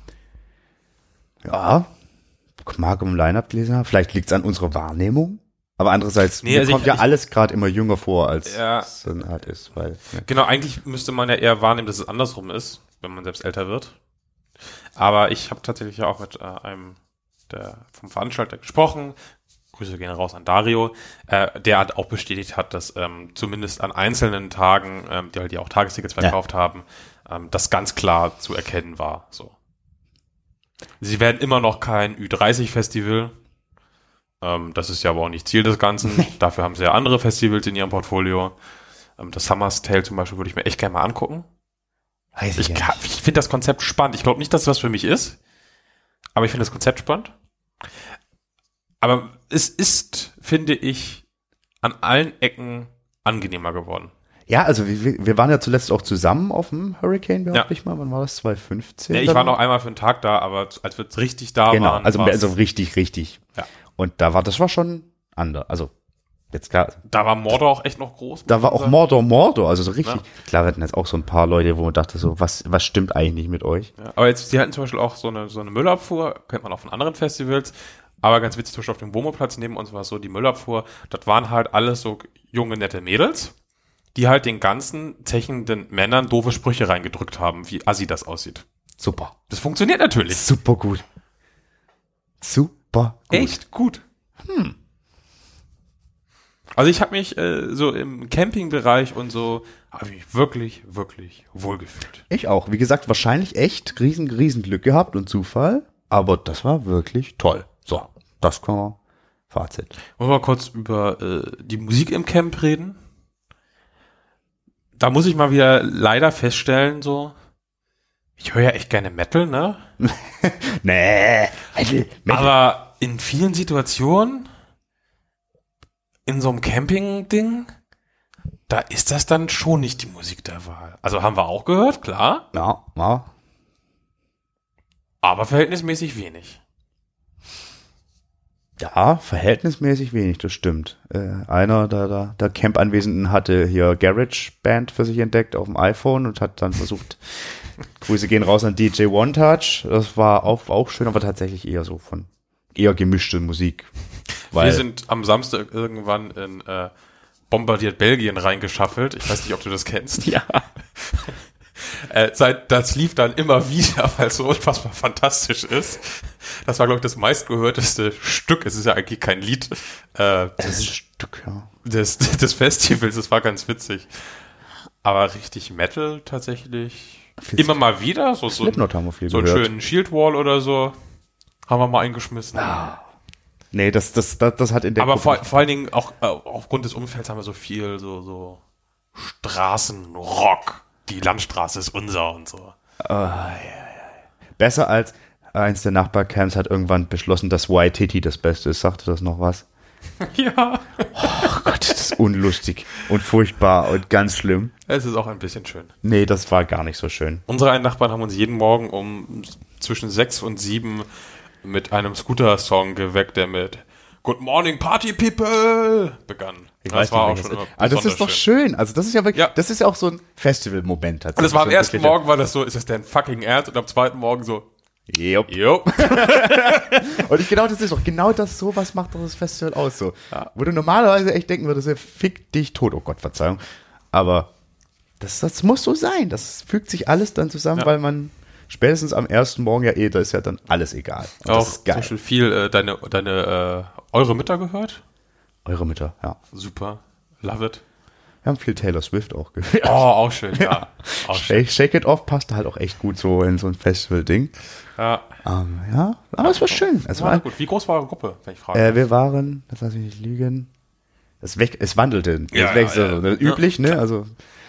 Ja, mag im Line-Up gelesen haben. Vielleicht liegt es an unserer Wahrnehmung. Aber andererseits, mir kommt ja alles gerade immer jünger vor, als es dann halt ist. Weil, ja. Genau, eigentlich müsste man ja eher wahrnehmen, dass es andersrum ist, wenn man selbst älter wird. Aber ich habe tatsächlich ja auch mit einem vom Veranstalter gesprochen. Grüße gehen raus an Dario. Der hat auch bestätigt hat, dass zumindest an einzelnen Tagen, die halt ja auch Tagestickets verkauft haben, das ganz klar zu erkennen war. So. Sie werden immer noch kein Ü30-Festival. Das ist ja aber auch nicht Ziel des Ganzen. Dafür haben sie ja andere Festivals in ihrem Portfolio. Das Summer's Tale zum Beispiel würde ich mir echt gerne mal angucken. Ich finde das Konzept spannend. Ich glaube nicht, dass das was für mich ist. Aber ich finde das Konzept spannend. Aber es ist, finde ich, an allen Ecken angenehmer geworden. Ja, also wir waren ja zuletzt auch zusammen auf dem Hurricane, behaupte ich mal. Wann war das? 2015? Ja, ich war noch einmal für einen Tag da, aber als wir richtig da waren. Also richtig. Ja. Und das war schon anders. Also, jetzt klar. Da war Mordor auch echt noch groß. Da war auch Mordor, also so richtig. Ja. Klar, wir hatten jetzt auch so ein paar Leute, wo man dachte so, was stimmt eigentlich nicht mit euch? Ja, aber jetzt, die hatten zum Beispiel auch so eine Müllabfuhr, kennt man auch von anderen Festivals. Aber ganz witzig, zum Beispiel auf dem Womo-Platz neben uns war so die Müllabfuhr. Das waren halt alles so junge, nette Mädels, die halt den ganzen zechenden Männern doofe Sprüche reingedrückt haben, wie assi das aussieht. Super. Das funktioniert natürlich. Super gut. Echt gut. Also ich habe mich so im Campingbereich und so, habe ich mich wirklich, wirklich wohlgefühlt. Ich auch. Wie gesagt, wahrscheinlich echt riesen Glück gehabt und Zufall, aber das war wirklich toll. So, das kann man Fazit. Wollen wir mal kurz über die Musik im Camp reden? Da muss ich mal wieder leider feststellen, so, ich höre ja echt gerne Metal, ne? Nee, Metal. Aber in vielen Situationen, in so einem Camping-Ding, da ist das dann schon nicht die Musik der Wahl. Also haben wir auch gehört, klar. Ja. Aber verhältnismäßig wenig. Ja, verhältnismäßig wenig, das stimmt. Einer der Camp-Anwesenden hatte hier GarageBand für sich entdeckt auf dem iPhone und hat dann versucht, Grüße gehen raus an DJ One Touch. Das war auch schön, aber tatsächlich eher so von eher gemischte Musik. Wir sind am Samstag irgendwann in Bombardiert Belgien reingeschaffelt. Ich weiß nicht, ob du das kennst. Ja. Das lief dann immer wieder, weil es so unfassbar fantastisch ist. Das war, glaube ich, das meistgehörteste Stück. Es ist ja eigentlich kein Lied. Das ist ein Stück, ja. Des Festivals. Das war ganz witzig. Aber richtig Metal tatsächlich. Immer mal wieder. So haben wir viel so einen gehört. schönen Shield Wall oder so. Haben wir mal eingeschmissen. Nee, das hat in der Aber vor allen Dingen auch aufgrund des Umfelds haben wir so viel so Straßenrock. Die Landstraße ist unser und so. Besser als eins der Nachbarcamps hat irgendwann beschlossen, dass Waititi das Beste ist. Sagte das noch was? Ja. Oh Gott, das ist unlustig und furchtbar und ganz schlimm. Es ist auch ein bisschen schön. Nee, das war gar nicht so schön. Unsere einen Nachbarn haben uns jeden Morgen um zwischen 6 und 7 mit einem Scooter-Song geweckt, der mit Good Morning Party People begann. Das war auch schon immer also das ist doch schön. Also das ist ja wirklich, Ja. das ist ja auch so ein Festival-Moment Und tatsächlich. es war am So ein ersten wirklicher- Morgen war das so, ist das denn fucking ernst? Und am zweiten Morgen so, Jupp. jo. Und genau das ist doch, genau das, sowas macht doch das Festival aus so. Ja. Wo du normalerweise echt denken würdest, fick dich tot, oh Gott, Verzeihung. Aber das muss so sein. Das fügt sich alles dann zusammen, Ja. weil man spätestens am ersten Morgen da ist ja dann alles egal. Und Auch das ist geil. zum Beispiel viel eure Mütter gehört. Eure Mütter, ja. Super. Love it. Wir haben viel Taylor Swift auch gehört. Oh, auch schön, ja. Auch schön. Shake It Off passte halt auch echt gut so in so ein Festival-Ding. Ja. Ja, aber es war schön. Es War war, gut. Wie groß war eure Gruppe, wenn ich frage? wir waren, das lass mich nicht lügen, es wandelte. Ja, Es wechselte. ja. Das ist üblich, ne? Also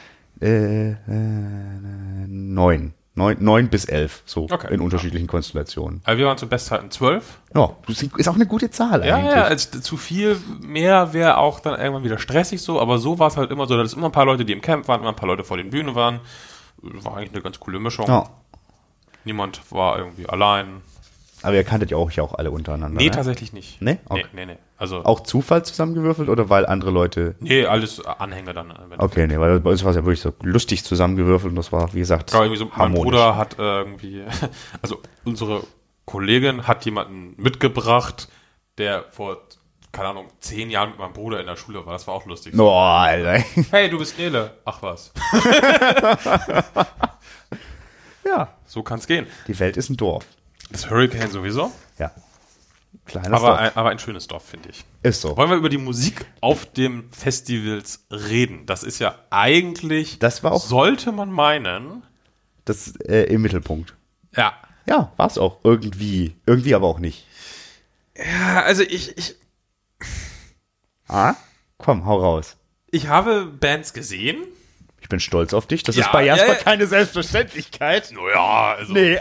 9 bis 11, so Okay. in unterschiedlichen Konstellationen. Also wir waren zu Bestzeiten 12. Ja, das ist auch eine gute Zahl Ja, eigentlich. ja, also zu viel mehr wäre auch dann irgendwann wieder stressig so, aber so war es halt immer so, dass immer ein paar Leute, die im Camp waren, immer ein paar Leute vor den Bühnen waren. War eigentlich eine ganz coole Mischung. Ja. Niemand war irgendwie allein. Aber ihr kanntet ja auch alle untereinander. Nee, ne? tatsächlich nicht. Nee? Okay. Nee. Also, Auch Zufall zusammengewürfelt oder weil andere Leute. nee, alles Anhänger dann. Okay, nee, weil bei uns war es ja wirklich so lustig zusammengewürfelt und das war, wie gesagt, Ja, irgendwie so, mein harmonisch. Bruder hat irgendwie, also unsere Kollegin hat jemanden mitgebracht, der vor, keine Ahnung, 10 Jahren mit meinem Bruder in der Schule war. Das war auch lustig. Oh, Alter. Hey, du bist Nele. Ach was. Ja, So kann's gehen. die Welt ist ein Dorf. Das Hurricane sowieso, Ja. Kleines aber Dorf. aber ein schönes Dorf, finde ich. Ist so. Wollen wir über die Musik auf dem Festivals reden? Das ist ja eigentlich, Das war auch- sollte man meinen, Das im Mittelpunkt. ja. Ja, war es auch. Irgendwie. Irgendwie aber auch nicht. Ja, also ich Komm, hau raus. habe Bands gesehen. Ich bin stolz auf dich. Das Ja, ist bei Jasper ja. keine Selbstverständlichkeit. Naja, also. Nee,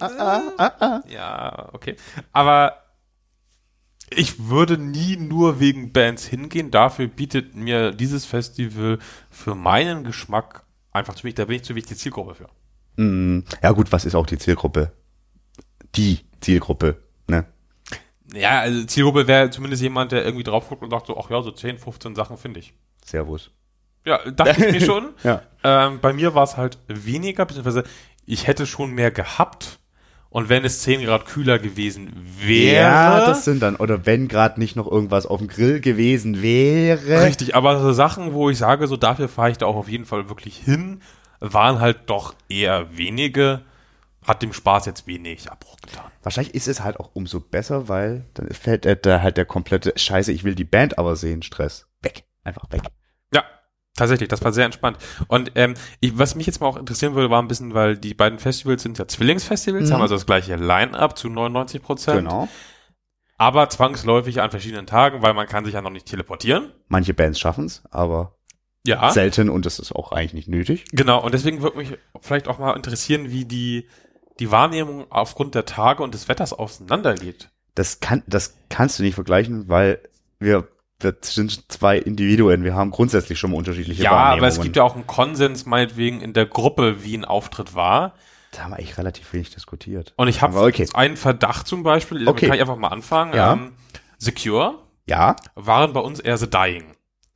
Ja, okay. Aber ich würde nie nur wegen Bands hingehen. Dafür bietet mir dieses Festival für meinen Geschmack einfach zu wenig. Da bin ich zu wenig die Zielgruppe für. Ja gut, was ist auch die Zielgruppe? Die Zielgruppe, ne? Ja, also Zielgruppe wäre zumindest jemand, der irgendwie drauf guckt und sagt so, ach ja, so 10, 15 Sachen finde ich. Servus. Ja, dachte ich mir schon. Ja. Bei mir war es halt weniger, beziehungsweise ich hätte schon mehr gehabt. Und wenn es 10 Grad kühler gewesen wäre. Ja, das sind dann, oder wenn gerade nicht noch irgendwas auf dem Grill gewesen wäre. Richtig, aber so Sachen, wo ich sage, so dafür fahre ich da auch auf jeden Fall wirklich hin, waren halt doch eher wenige. Hat dem Spaß jetzt wenig Abbruch getan. Wahrscheinlich ist es halt auch umso besser, weil dann fällt da halt der komplette Scheiße, ich will die Band aber sehen, Stress. Weg. Einfach weg. Ja, tatsächlich, das war sehr entspannt. Und was mich jetzt mal auch interessieren würde, war ein bisschen, weil die beiden Festivals sind ja Zwillingsfestivals, haben also das gleiche Line-Up zu 99%. Genau. Aber zwangsläufig an verschiedenen Tagen, weil man kann sich ja noch nicht teleportieren. Manche Bands schaffen's, aber Ja, selten und das ist auch eigentlich nicht nötig. genau. Und deswegen würde mich vielleicht auch mal interessieren, wie die Wahrnehmung aufgrund der Tage und des Wetters auseinandergeht. Das kannst du nicht vergleichen, weil wir sind zwei Individuen. Wir haben grundsätzlich schon mal unterschiedliche Ja, Wahrnehmungen. aber es gibt ja auch einen Konsens, meinetwegen, in der Gruppe, wie ein Auftritt war. Da haben wir echt relativ wenig diskutiert. Und ich habe Aber okay. einen Verdacht zum Beispiel, damit Okay. kann ich einfach mal anfangen. Ja. Secure Ja, waren bei uns eher The Dying.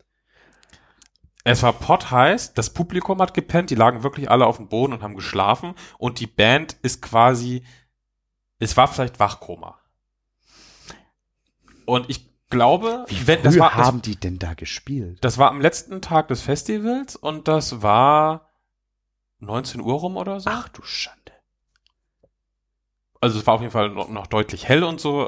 Es war pottheiß, das Publikum hat gepennt, die lagen wirklich alle auf dem Boden und haben geschlafen und die Band ist quasi, es war vielleicht Wachkoma. Und ich glaube, wie das früh war, haben die denn da gespielt? das war am letzten Tag des Festivals und das war 19 Uhr rum oder so. Ach du Schande. Also es war auf jeden Fall noch deutlich hell und so.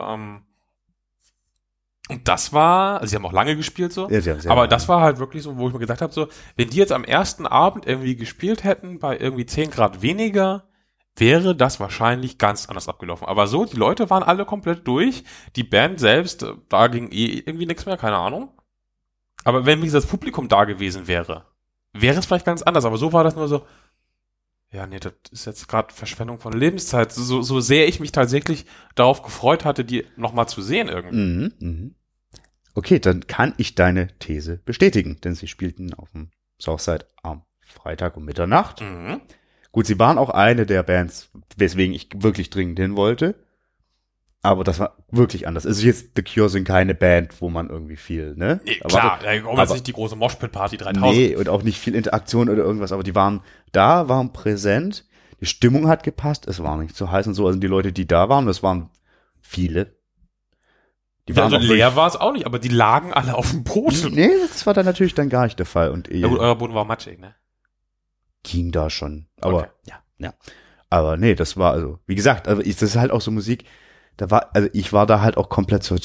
Und das war, also sie haben auch lange gespielt so, Ja, sehr, sehr aber lange. das war halt wirklich so, wo ich mir gesagt habe, so, wenn die jetzt am ersten Abend irgendwie gespielt hätten, bei irgendwie 10 Grad weniger, wäre das wahrscheinlich ganz anders abgelaufen. Aber so, die Leute waren alle komplett durch, die Band selbst, da ging irgendwie nichts mehr, keine Ahnung. Aber wenn wie gesagt, das Publikum da gewesen wäre, wäre es vielleicht ganz anders, aber so war das nur so, ja, nee, das ist jetzt gerade Verschwendung von Lebenszeit. So sehr ich mich tatsächlich darauf gefreut hatte, die nochmal zu sehen irgendwie. Mhm. Okay, dann kann ich deine These bestätigen, denn sie spielten auf dem Southside am Freitag um Mitternacht. Mhm. Gut, sie waren auch eine der Bands, weswegen ich wirklich dringend hin wollte. Aber das war wirklich anders. Also jetzt The Cure sind keine Band, wo man irgendwie viel, ne? Nee, klar, da kommt jetzt nicht die große Moshpit-Party 3000. Nee, und auch nicht viel Interaktion oder irgendwas, aber die waren da, waren präsent, die Stimmung hat gepasst, es war nicht so heiß und so. Also die Leute, die da waren, das waren viele. Die waren also leer war es auch nicht, aber die lagen alle auf dem Boden. Nee, das war dann natürlich dann gar nicht der Fall. Und Ja gut, euer Boden war matschig, ne? ging da schon. Aber Okay. ja. Aber nee, das war also, wie gesagt, also das ist halt auch so Musik, ich war da halt auch komplett so,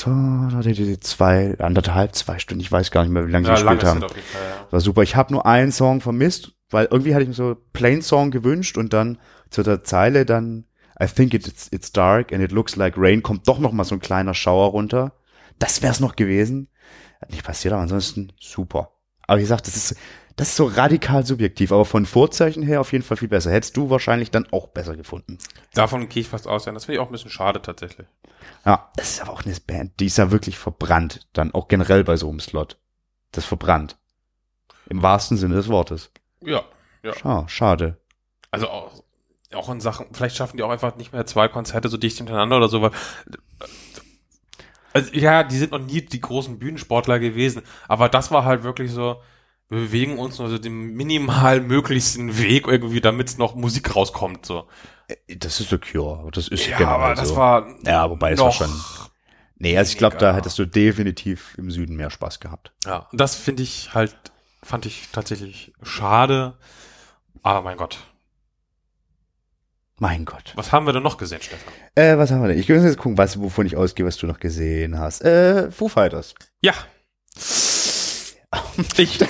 2 Stunden, ich weiß gar nicht mehr, wie lange sie gespielt haben. Auf jeden Fall, ja. War super. Ich habe nur einen Song vermisst, weil irgendwie hatte ich mir so Plain Song gewünscht und dann zu der Zeile dann I think it's dark and it looks like rain kommt doch noch mal so ein kleiner Schauer runter. Das wär's noch gewesen. Hat nicht passiert, aber ansonsten super. Aber wie gesagt, das ist so radikal subjektiv, aber von Vorzeichen her auf jeden Fall viel besser. Hättest du wahrscheinlich dann auch besser gefunden. Davon gehe ich fast aus, ja. Das finde ich auch ein bisschen schade tatsächlich. Ja, das ist aber auch eine Band, die ist ja wirklich verbrannt. Dann auch generell bei so einem Slot. Das ist verbrannt. Im wahrsten Sinne des Wortes. Ja. Schade. Also auch in Sachen, vielleicht schaffen die auch einfach nicht mehr 2 Konzerte so dicht hintereinander oder so, weil also, ja, die sind noch nie die großen Bühnensportler gewesen, aber das war halt wirklich so, wir bewegen uns nur so den minimal möglichsten Weg irgendwie, damit noch Musik rauskommt, so. Das ist The Cure. Das ist Ja, generell aber das so. war Ja, wobei es war schon. Nee, also ich glaube, da hättest du definitiv im Süden mehr Spaß gehabt. Ja, das fand ich tatsächlich schade, aber mein Gott. Mein Gott. Was haben wir denn noch gesehen, Stefan? Was haben wir denn? Ich muss jetzt gucken, wovon ich ausgehe, was du noch gesehen hast. Foo Fighters. Ja. Ich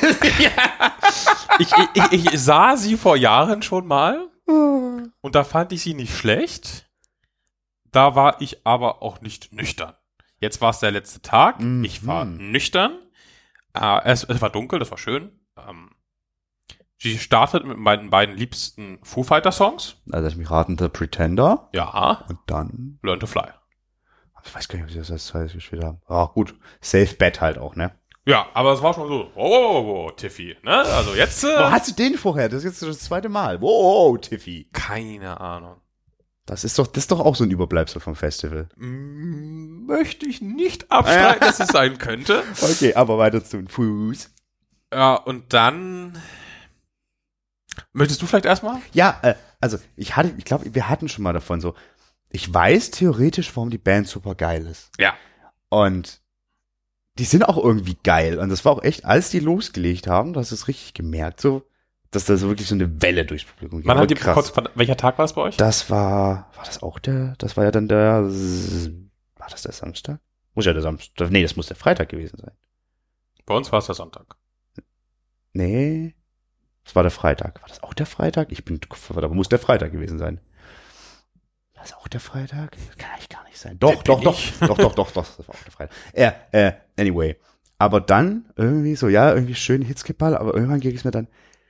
sah sie vor Jahren schon mal und da fand ich sie nicht schlecht. Da war ich aber auch nicht nüchtern. Jetzt war es der letzte Tag. Ich war nüchtern. Es war dunkel, das war schön. Sie startet mit meinen beiden liebsten Foo Fighter Songs. Also ich mich raten, The Pretender. Ja. Und dann Learn to Fly. Ich weiß gar nicht, ob sie das als zweites gespielt haben. Ah, gut. Safe Bet halt auch, ne? Ja, aber es war schon so, wow, Tiffy, ne? Also jetzt... Wo hast du den vorher? Das ist jetzt das zweite Mal. Wow, Tiffy. Keine Ahnung. Das ist doch auch so ein Überbleibsel vom Festival. Möchte ich nicht abstreiten, dass es sein könnte. Okay, aber weiter zu den Fuß. Ja, und dann... Möchtest du vielleicht erstmal? Ja, also ich glaube, wir hatten schon mal davon so. Ich weiß theoretisch, warum die Band super geil ist. Ja. Und die sind auch irgendwie geil. Und das war auch echt, als die losgelegt haben, du hast es richtig gemerkt, so, dass da so wirklich so eine Welle durchs Publikum ging. Wann hat die krass. welcher Tag war es bei euch? Das war ja dann war das der Samstag? Muss ja der Samstag, nee, das muss der Freitag gewesen sein. Bei uns war es der Sonntag. Nee, das war der Freitag. War das auch der Freitag? Aber muss der Freitag gewesen sein. War das auch der Freitag? Das kann eigentlich gar nicht sein. Doch, das war auch der Freitag. Anyway. Aber dann irgendwie so, ja, irgendwie schön Hitzgeball, aber irgendwann ging es mir dann,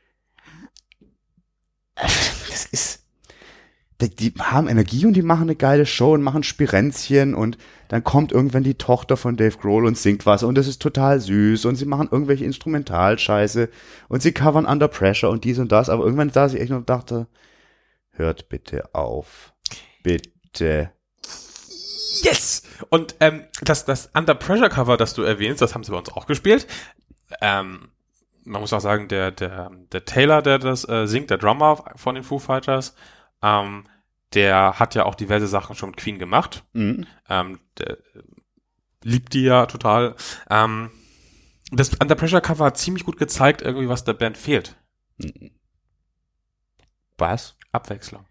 das ist, die haben Energie und die machen eine geile Show und machen Spirenzchen und dann kommt irgendwann die Tochter von Dave Grohl und singt was und das ist total süß und sie machen irgendwelche Instrumentalscheiße und sie covern Under Pressure und dies und das, aber irgendwann saß ich echt und dachte, hört bitte auf. Bitte. Yes! Und das Under Pressure Cover, das du erwähnst, das haben sie bei uns auch gespielt. Man muss auch sagen, der Taylor, der das singt, der Drummer von den Foo Fighters, der hat ja auch diverse Sachen schon mit Queen gemacht. Mhm. Der liebt die ja total. Das Under Pressure Cover hat ziemlich gut gezeigt, irgendwie, was der Band fehlt. Was? Abwechslung.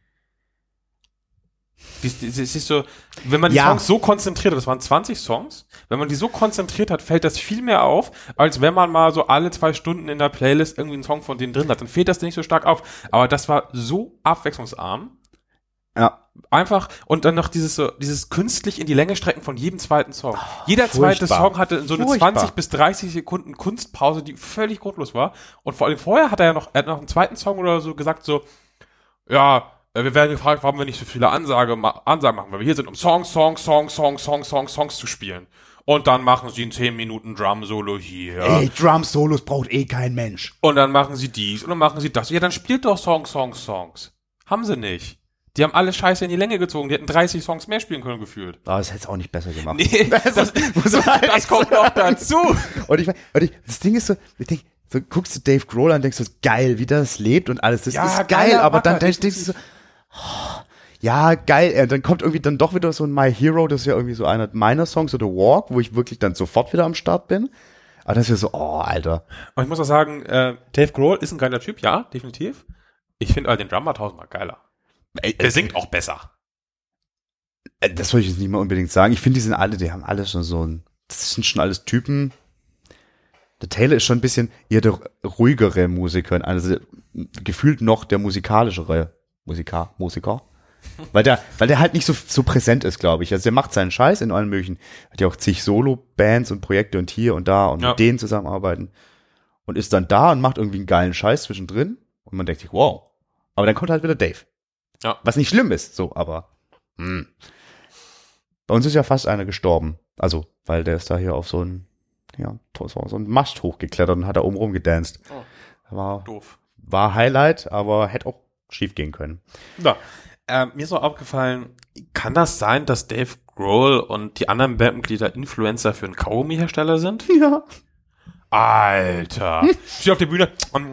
Es ist so, wenn man die Songs so konzentriert hat, das waren 20 Songs, wenn man die so konzentriert hat, fällt das viel mehr auf, als wenn man mal so alle 2 Stunden in der Playlist irgendwie einen Song von denen drin hat. Dann fällt das nicht so stark auf. Aber das war so abwechslungsarm. Ja. Einfach, und dann noch dieses künstlich in die Länge strecken von jedem zweiten Song. Jeder zweite Song hatte so eine 20 bis 30 Sekunden Kunstpause, die völlig grundlos war. Und vor allem vorher hat er noch einen zweiten Song oder so gesagt, so, ja, wir werden gefragt, warum wir nicht so viele Ansagen machen, weil wir hier sind, um Songs zu spielen. Und dann machen sie ein 10 Minuten Drum-Solo hier. Ey, Drum-Solos braucht kein Mensch. Und dann machen sie dies und dann machen sie das. Ja, dann spielt doch Songs. Haben sie nicht. Die haben alle Scheiße in die Länge gezogen. Die hätten 30 Songs mehr spielen können, gefühlt. Aber das hätte es auch nicht besser gemacht. Nee, das kommt noch dazu. Und das Ding ist so, ich denke, so guckst du Dave Grohl an und denkst so, geil, wie das lebt und alles. Das ist geil, aber dann denkst du so, oh, ja, geil. Dann kommt irgendwie dann doch wieder so ein My Hero, das ist ja irgendwie so einer meiner Songs, oder Walk, wo ich wirklich dann sofort wieder am Start bin. Aber das ist ja so, oh, Alter. Und ich muss auch sagen, Dave Grohl ist ein geiler Typ, ja, definitiv. Ich finde den Drummer tausendmal geiler. Der singt auch besser. Das soll ich jetzt nicht mal unbedingt sagen. Ich finde, die haben alle schon so das sind schon alles Typen. Der Taylor ist schon ein bisschen eher der ruhigere Musiker, also gefühlt noch der musikalischere Musiker. Weil der halt nicht so präsent ist, glaube ich. Also der macht seinen Scheiß in allen möglichen, hat ja auch zig Solo-Bands und Projekte und hier und da und mit denen zusammenarbeiten. Und ist dann da und macht irgendwie einen geilen Scheiß zwischendrin. Und man denkt sich, wow. Aber dann kommt halt wieder Dave. Ja. Was nicht schlimm ist, so, aber bei uns ist ja fast einer gestorben. Also, weil der ist da hier auf so einen Mast hochgeklettert und hat da oben rumgedanced. Oh. War Doof. War Highlight, aber hätte auch schief gehen können. Ja. Mir ist auch aufgefallen, kann das sein, dass Dave Grohl und die anderen Bandmitglieder Influencer für einen Kaugummi-Hersteller sind? Ja. Alter. Steht auf der Bühne.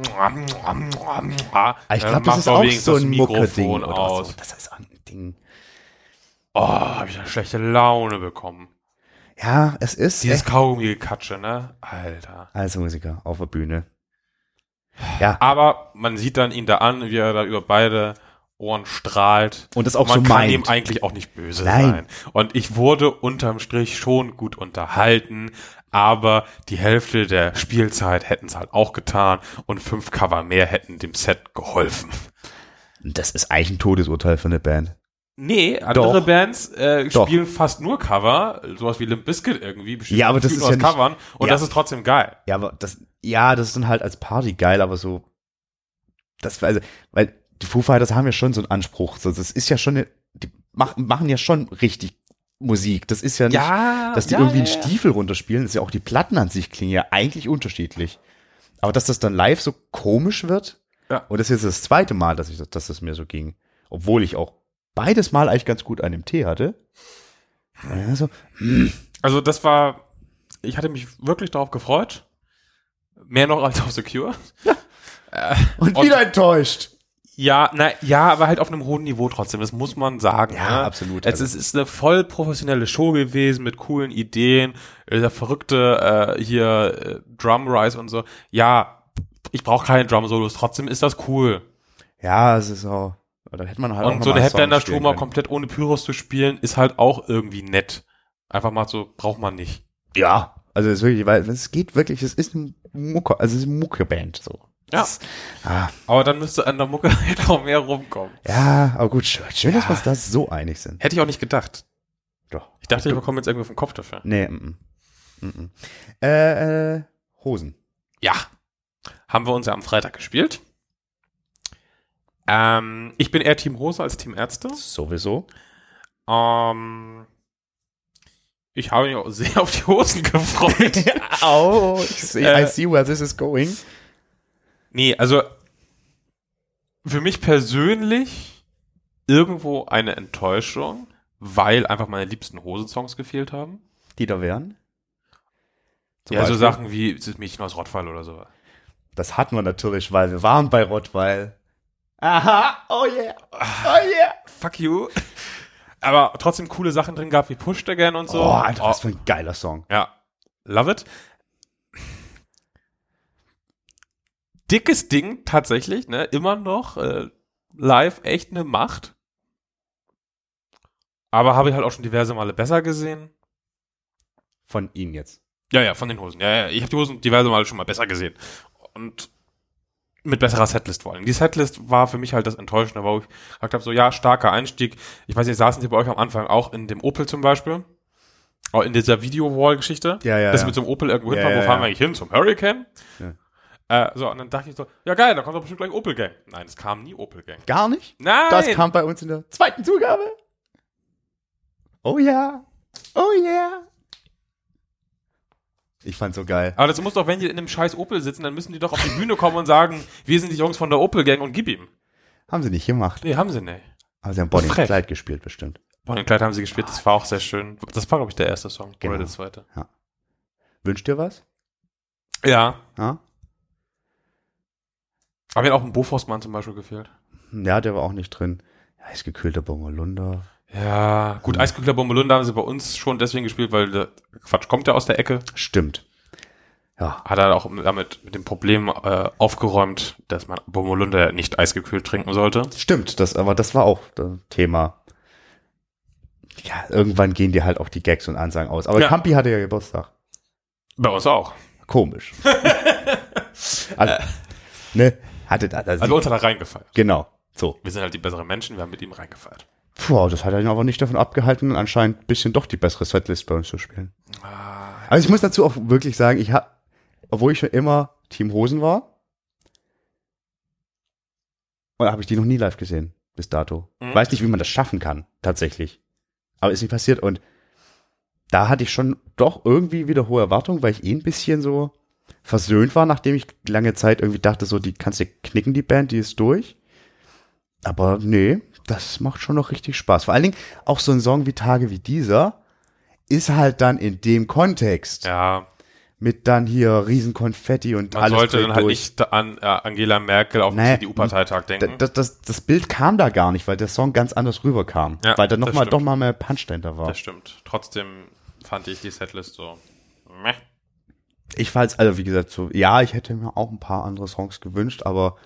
Ich glaube, das ist auch so ein Mucke-Ding. Aus. So. Das ist auch ein Ding. Oh, hab ich eine schlechte Laune bekommen. Ja, es ist. Dieses Kaugummi-Gekatsche, ne? Alter. Als Musiker auf der Bühne. Ja. Aber man sieht dann ihn da an, wie er da über beide Ohren strahlt. Und das auch man so kann meint. ihm eigentlich auch nicht böse sein. Und ich wurde unterm Strich schon gut unterhalten, aber die Hälfte der Spielzeit hätten es halt auch getan und 5 Cover mehr hätten dem Set geholfen. Das ist eigentlich ein Todesurteil für eine Band. Nee, andere Bands spielen fast nur Cover, sowas wie Limp Bizkit irgendwie. Ja, aber das ist ja nicht, Covern und das ist trotzdem geil. Ja, aber das ist dann halt als Party geil, aber so, weil die Foo Fighters haben ja schon so einen Anspruch, so, das ist ja schon, die machen ja schon richtig Musik, das ist ja nicht, dass die irgendwie einen Stiefel runterspielen, das ist ja auch, die Platten an sich klingen ja eigentlich unterschiedlich. Aber dass das dann live so komisch wird, und das ist jetzt das zweite Mal, dass das mir so ging, obwohl ich auch beides Mal eigentlich ganz gut an dem Tee hatte. Also ich hatte mich wirklich darauf gefreut. Mehr noch als auf The Cure. Und wieder enttäuscht. Ja, aber halt auf einem hohen Niveau trotzdem, das muss man sagen. Ja, absolut. Es ist eine voll professionelle Show gewesen mit coolen Ideen, der verrückte Drum Rise und so. Ja, ich brauche keine Drum-Solos, trotzdem ist das cool. Ja, es ist auch, da hätte man halt und so eine Headlander-Show mal komplett ohne Pyros zu spielen, ist halt auch irgendwie nett. Einfach mal so, braucht man nicht. Ja, also es ist wirklich, weil es geht wirklich, es ist eine Mucke-Band, so. Ja. Aber dann müsste an der Mucke halt auch mehr rumkommen. Ja, aber gut, schön, dass wir uns da so einig sind. Hätte ich auch nicht gedacht. Doch. Ich dachte, ich bekomme jetzt irgendwie auf den Kopf dafür. Nee, Hosen. Ja. Haben wir uns ja am Freitag gespielt. Ich bin eher Team Hose als Team Ärzte. Sowieso. Ich habe mich auch sehr auf die Hosen gefreut. I see where this is going. Nee, also für mich persönlich irgendwo eine Enttäuschung, weil einfach meine liebsten Hosensongs gefehlt haben. Die da wären? Ja, so Sachen wie das Mädchen aus Rottweil oder so. Das hatten wir natürlich, weil wir waren bei Rottweil. Aha, oh yeah, oh yeah. Fuck you. Aber trotzdem coole Sachen drin gab, wie Pushed Again und so. Oh, Alter, was für ein geiler Song. Ja, love it. Dickes Ding, tatsächlich, ne, immer noch live echt eine Macht. Aber habe ich halt auch schon diverse Male besser gesehen. Von Ihnen jetzt? Ja, von den Hosen. Ja, ich habe die Hosen diverse Male schon mal besser gesehen. Und mit besserer Setlist vor allem. Die Setlist war für mich halt das Enttäuschende, wo ich gesagt habe, so ja, starker Einstieg. Ich weiß nicht, saßen Sie bei euch am Anfang auch in dem Opel zum Beispiel? Auch in dieser Video-Wall-Geschichte? Ja. Dass wir mit so einem Opel irgendwo hinfahren, wo fahren wir eigentlich hin? Zum Hurricane? Ja. So, und dann dachte ich so, ja geil, da kommt doch bestimmt gleich Opel Gang. Nein, es kam nie Opel Gang. Gar nicht? Nein! Das kam bei uns in der zweiten Zugabe. Oh ja. Oh yeah. Ich fand's so geil. Aber das muss doch, wenn die in einem scheiß Opel sitzen, dann müssen die doch auf die Bühne kommen und sagen, wir sind die Jungs von der Opel-Gang und gib ihm. Haben sie nicht gemacht. Nee, haben sie nicht. Aber sie haben Bonnie und Frech. Clyde gespielt, bestimmt. Bonnie und Clyde haben sie gespielt, das war auch sehr schön. Das war, glaube ich, der erste Song. Genau. Oder der zweite. Ja. Wünscht dir was? Ja. Ja? Aber mir hat auch ein Bofors-Mann zum Beispiel gefehlt. Ja, der war auch nicht drin. Eisgekühlter Bommerlunder. Ja, gut, Eiskühler Bommelunder haben sie bei uns schon deswegen gespielt, weil der Quatsch kommt ja aus der Ecke. Stimmt. Ja. Hat er auch damit mit dem Problem aufgeräumt, dass man Bommelunder nicht eisgekühlt trinken sollte. Stimmt, aber das war auch das Thema. Ja, irgendwann gehen dir halt auch die Gags und Ansagen aus. Aber Ja. Campi hatte ja Geburtstag. Bei uns auch. Komisch. Also, ne? Hatte da. Also uns hat er reingefeiert. Genau. So. Wir sind halt die besseren Menschen, wir haben mit ihm reingefeiert. Puh, das hat ihn aber nicht davon abgehalten, anscheinend ein bisschen doch die bessere Setlist bei uns zu spielen. Also ich muss dazu auch wirklich sagen, obwohl ich schon immer Team Hosen war, habe ich die noch nie live gesehen, bis dato. Weiß nicht, wie man das schaffen kann, tatsächlich. Aber ist nicht passiert und da hatte ich schon doch irgendwie wieder hohe Erwartungen, weil ich ein bisschen so versöhnt war, nachdem ich lange Zeit irgendwie dachte, so, die kannst du knicken, die Band, die ist durch. Aber nee, das macht schon noch richtig Spaß. Vor allen Dingen auch so ein Song wie Tage wie dieser ist halt dann in dem Kontext Ja, mit dann hier Riesenkonfetti und man alles sollte dreht dann halt durch. nicht an Angela Merkel auf den Nee. CDU-Parteitag denken. Das Bild kam da gar nicht, weil der Song ganz anders rüberkam. Ja, weil da das stimmt. doch mal mehr Punch dahinter war. Das stimmt. Trotzdem fand ich die Setlist so meh. Ich fand's, also wie gesagt, so, ja, ich hätte mir auch ein paar andere Songs gewünscht, aber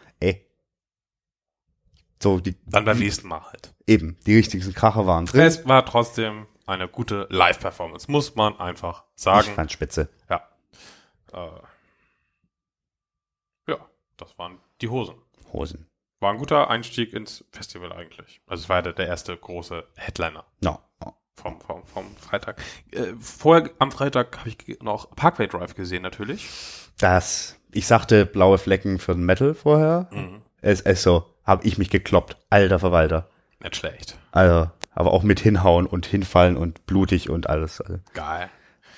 so, Dann beim nächsten Mal halt. eben, die richtigsten Kracher waren drin. Es war trotzdem eine gute Live-Performance, muss man einfach Ich sagen. fand's spitze. Ja. Ja, das waren die Hosen. Hosen. War ein guter Einstieg ins Festival eigentlich. Also es war ja der erste große Headliner No. vom Freitag. Vorher am Freitag habe ich noch Parkway Drive gesehen natürlich. Ich sagte blaue Flecken für den Metal vorher. Es ist so, habe ich mich gekloppt. Alter Verwalter. Nicht schlecht. Also, aber auch mit hinhauen und hinfallen und blutig und alles. Also. Geil.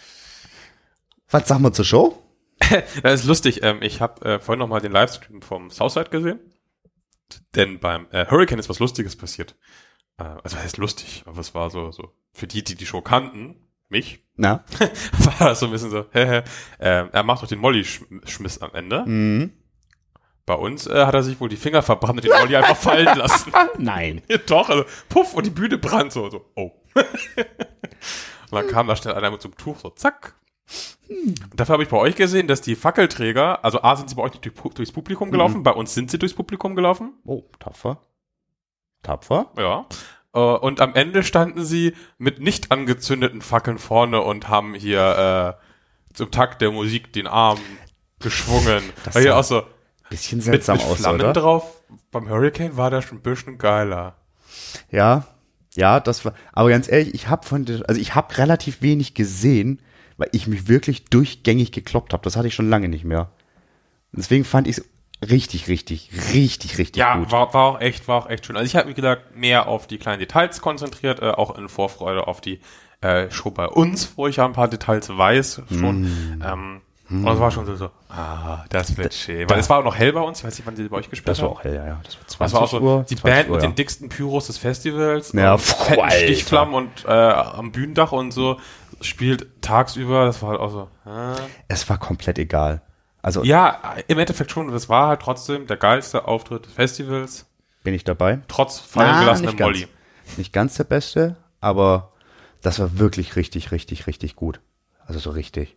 Was sagen wir zur Show? Das ist lustig. Ich habe vorhin noch mal den Livestream vom Southside gesehen. Denn beim Hurricane ist was Lustiges passiert. Also was heißt lustig? Aber es war so für die Show kannten, mich, Na? war das so ein bisschen so, er macht doch den Molly-Schmiss am Ende. Mhm. Bei uns hat er sich wohl die Finger verbrannt und den Molly einfach fallen lassen. Nein. Doch, also puff, und die Bühne brannt so, oh. Und dann kam da schnell einer mit so einem Tuch, so zack. Und dafür habe ich bei euch gesehen, dass die Fackelträger, also A, sind sie bei euch nicht durchs Publikum gelaufen, bei uns sind sie durchs Publikum gelaufen. Oh, tapfer. Tapfer? Ja. Und am Ende standen sie mit nicht angezündeten Fackeln vorne und haben hier zum Takt der Musik den Arm geschwungen. Das Weil hier sah auch so Bisschen mit seltsam aus, Flammen oder? drauf. Beim Hurricane war das schon ein bisschen geiler. Ja, das war, aber ganz ehrlich, ich habe relativ wenig gesehen, weil ich mich wirklich durchgängig gekloppt habe. Das hatte ich schon lange nicht mehr. Deswegen fand ich es richtig Ja, gut. war auch echt schön. Also ich habe mich gedacht, mehr auf die kleinen Details konzentriert, auch in Vorfreude auf die Show bei uns, wo ich ja ein paar Details weiß schon. Und es war schon so, das wird schön. Weil es war auch noch hell bei uns, ich weiß nicht, wann sie bei euch gespielt Das war haben. auch hell, ja. Das war 20 Das war auch so Uhr. die 20 Band Uhr, mit ja. den dicksten Pyros des Festivals, Ja, und fetten Alter. Stichflammen und am Bühnendach und so, spielt tagsüber, das war halt auch so. Es war komplett egal. Also Ja, im Endeffekt schon, das war halt trotzdem der geilste Auftritt des Festivals, bin ich dabei. trotz fallen gelassenem nicht Molly. Nicht ganz der Beste, aber das war wirklich richtig gut. Also so richtig.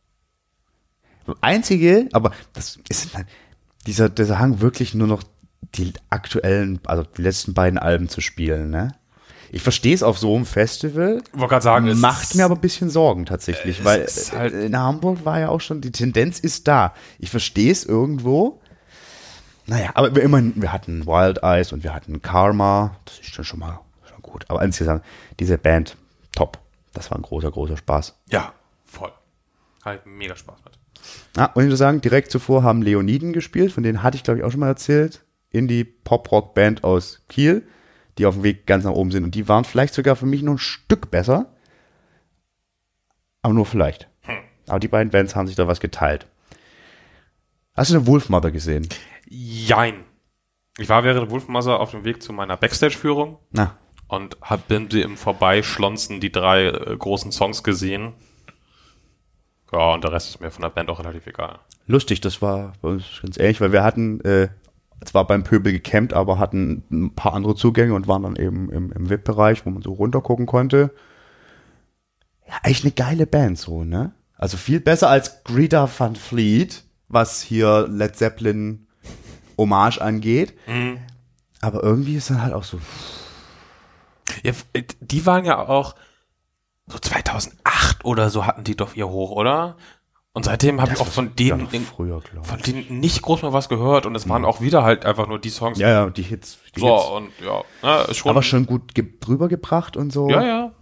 Einzige, aber das ist dieser Hang wirklich nur noch die aktuellen, also die letzten beiden Alben zu spielen, ne? Ich verstehe es auf so einem Festival, Ich wollte gerade sagen, macht mir aber ein bisschen Sorgen tatsächlich, weil ist halt- in Hamburg war ja auch schon, die Tendenz ist da. Ich verstehe es irgendwo. Naja, aber immerhin, wir hatten Wild Eyes und wir hatten Karma, das ist schon mal gut. Aber insgesamt, diese Band, top. Das war ein großer Spaß. Ja, voll. Halt mega Spaß mit. Und ich muss sagen, direkt zuvor haben Leoniden gespielt, von denen hatte ich, glaube ich, auch schon mal erzählt. Indie-Pop-Rock-Band aus Kiel, die auf dem Weg ganz nach oben sind. Und die waren vielleicht sogar für mich noch ein Stück besser. Aber nur vielleicht. Aber die beiden Bands haben sich da was geteilt. Hast du eine Wolfmother gesehen? Jein. Ich war während Wolfmother auf dem Weg zu meiner Backstage-Führung Na. und bin sie im Vorbeischlonzen die 3 großen Songs gesehen. Ja, und der Rest ist mir von der Band auch relativ egal. Lustig, das war bei uns ganz ehrlich, weil wir hatten zwar beim Pöbel gecampt, aber hatten ein paar andere Zugänge und waren dann eben im VIP-Bereich, wo man so runtergucken konnte. Ja, echt eine geile Band so, ne? Also viel besser als Greta Van Fleet, was hier Led Zeppelin Hommage angeht. Mhm. Aber irgendwie ist dann halt auch so... Ja, die waren ja auch so 2008 oder so hatten die doch ihr Hoch, oder? Und seitdem habe ich auch von denen nicht groß mal was gehört und es waren auch wieder halt einfach nur die Songs. Ja, die Hits. Und ja, ist schon. Aber schon gut drüber gebracht und so. Ja.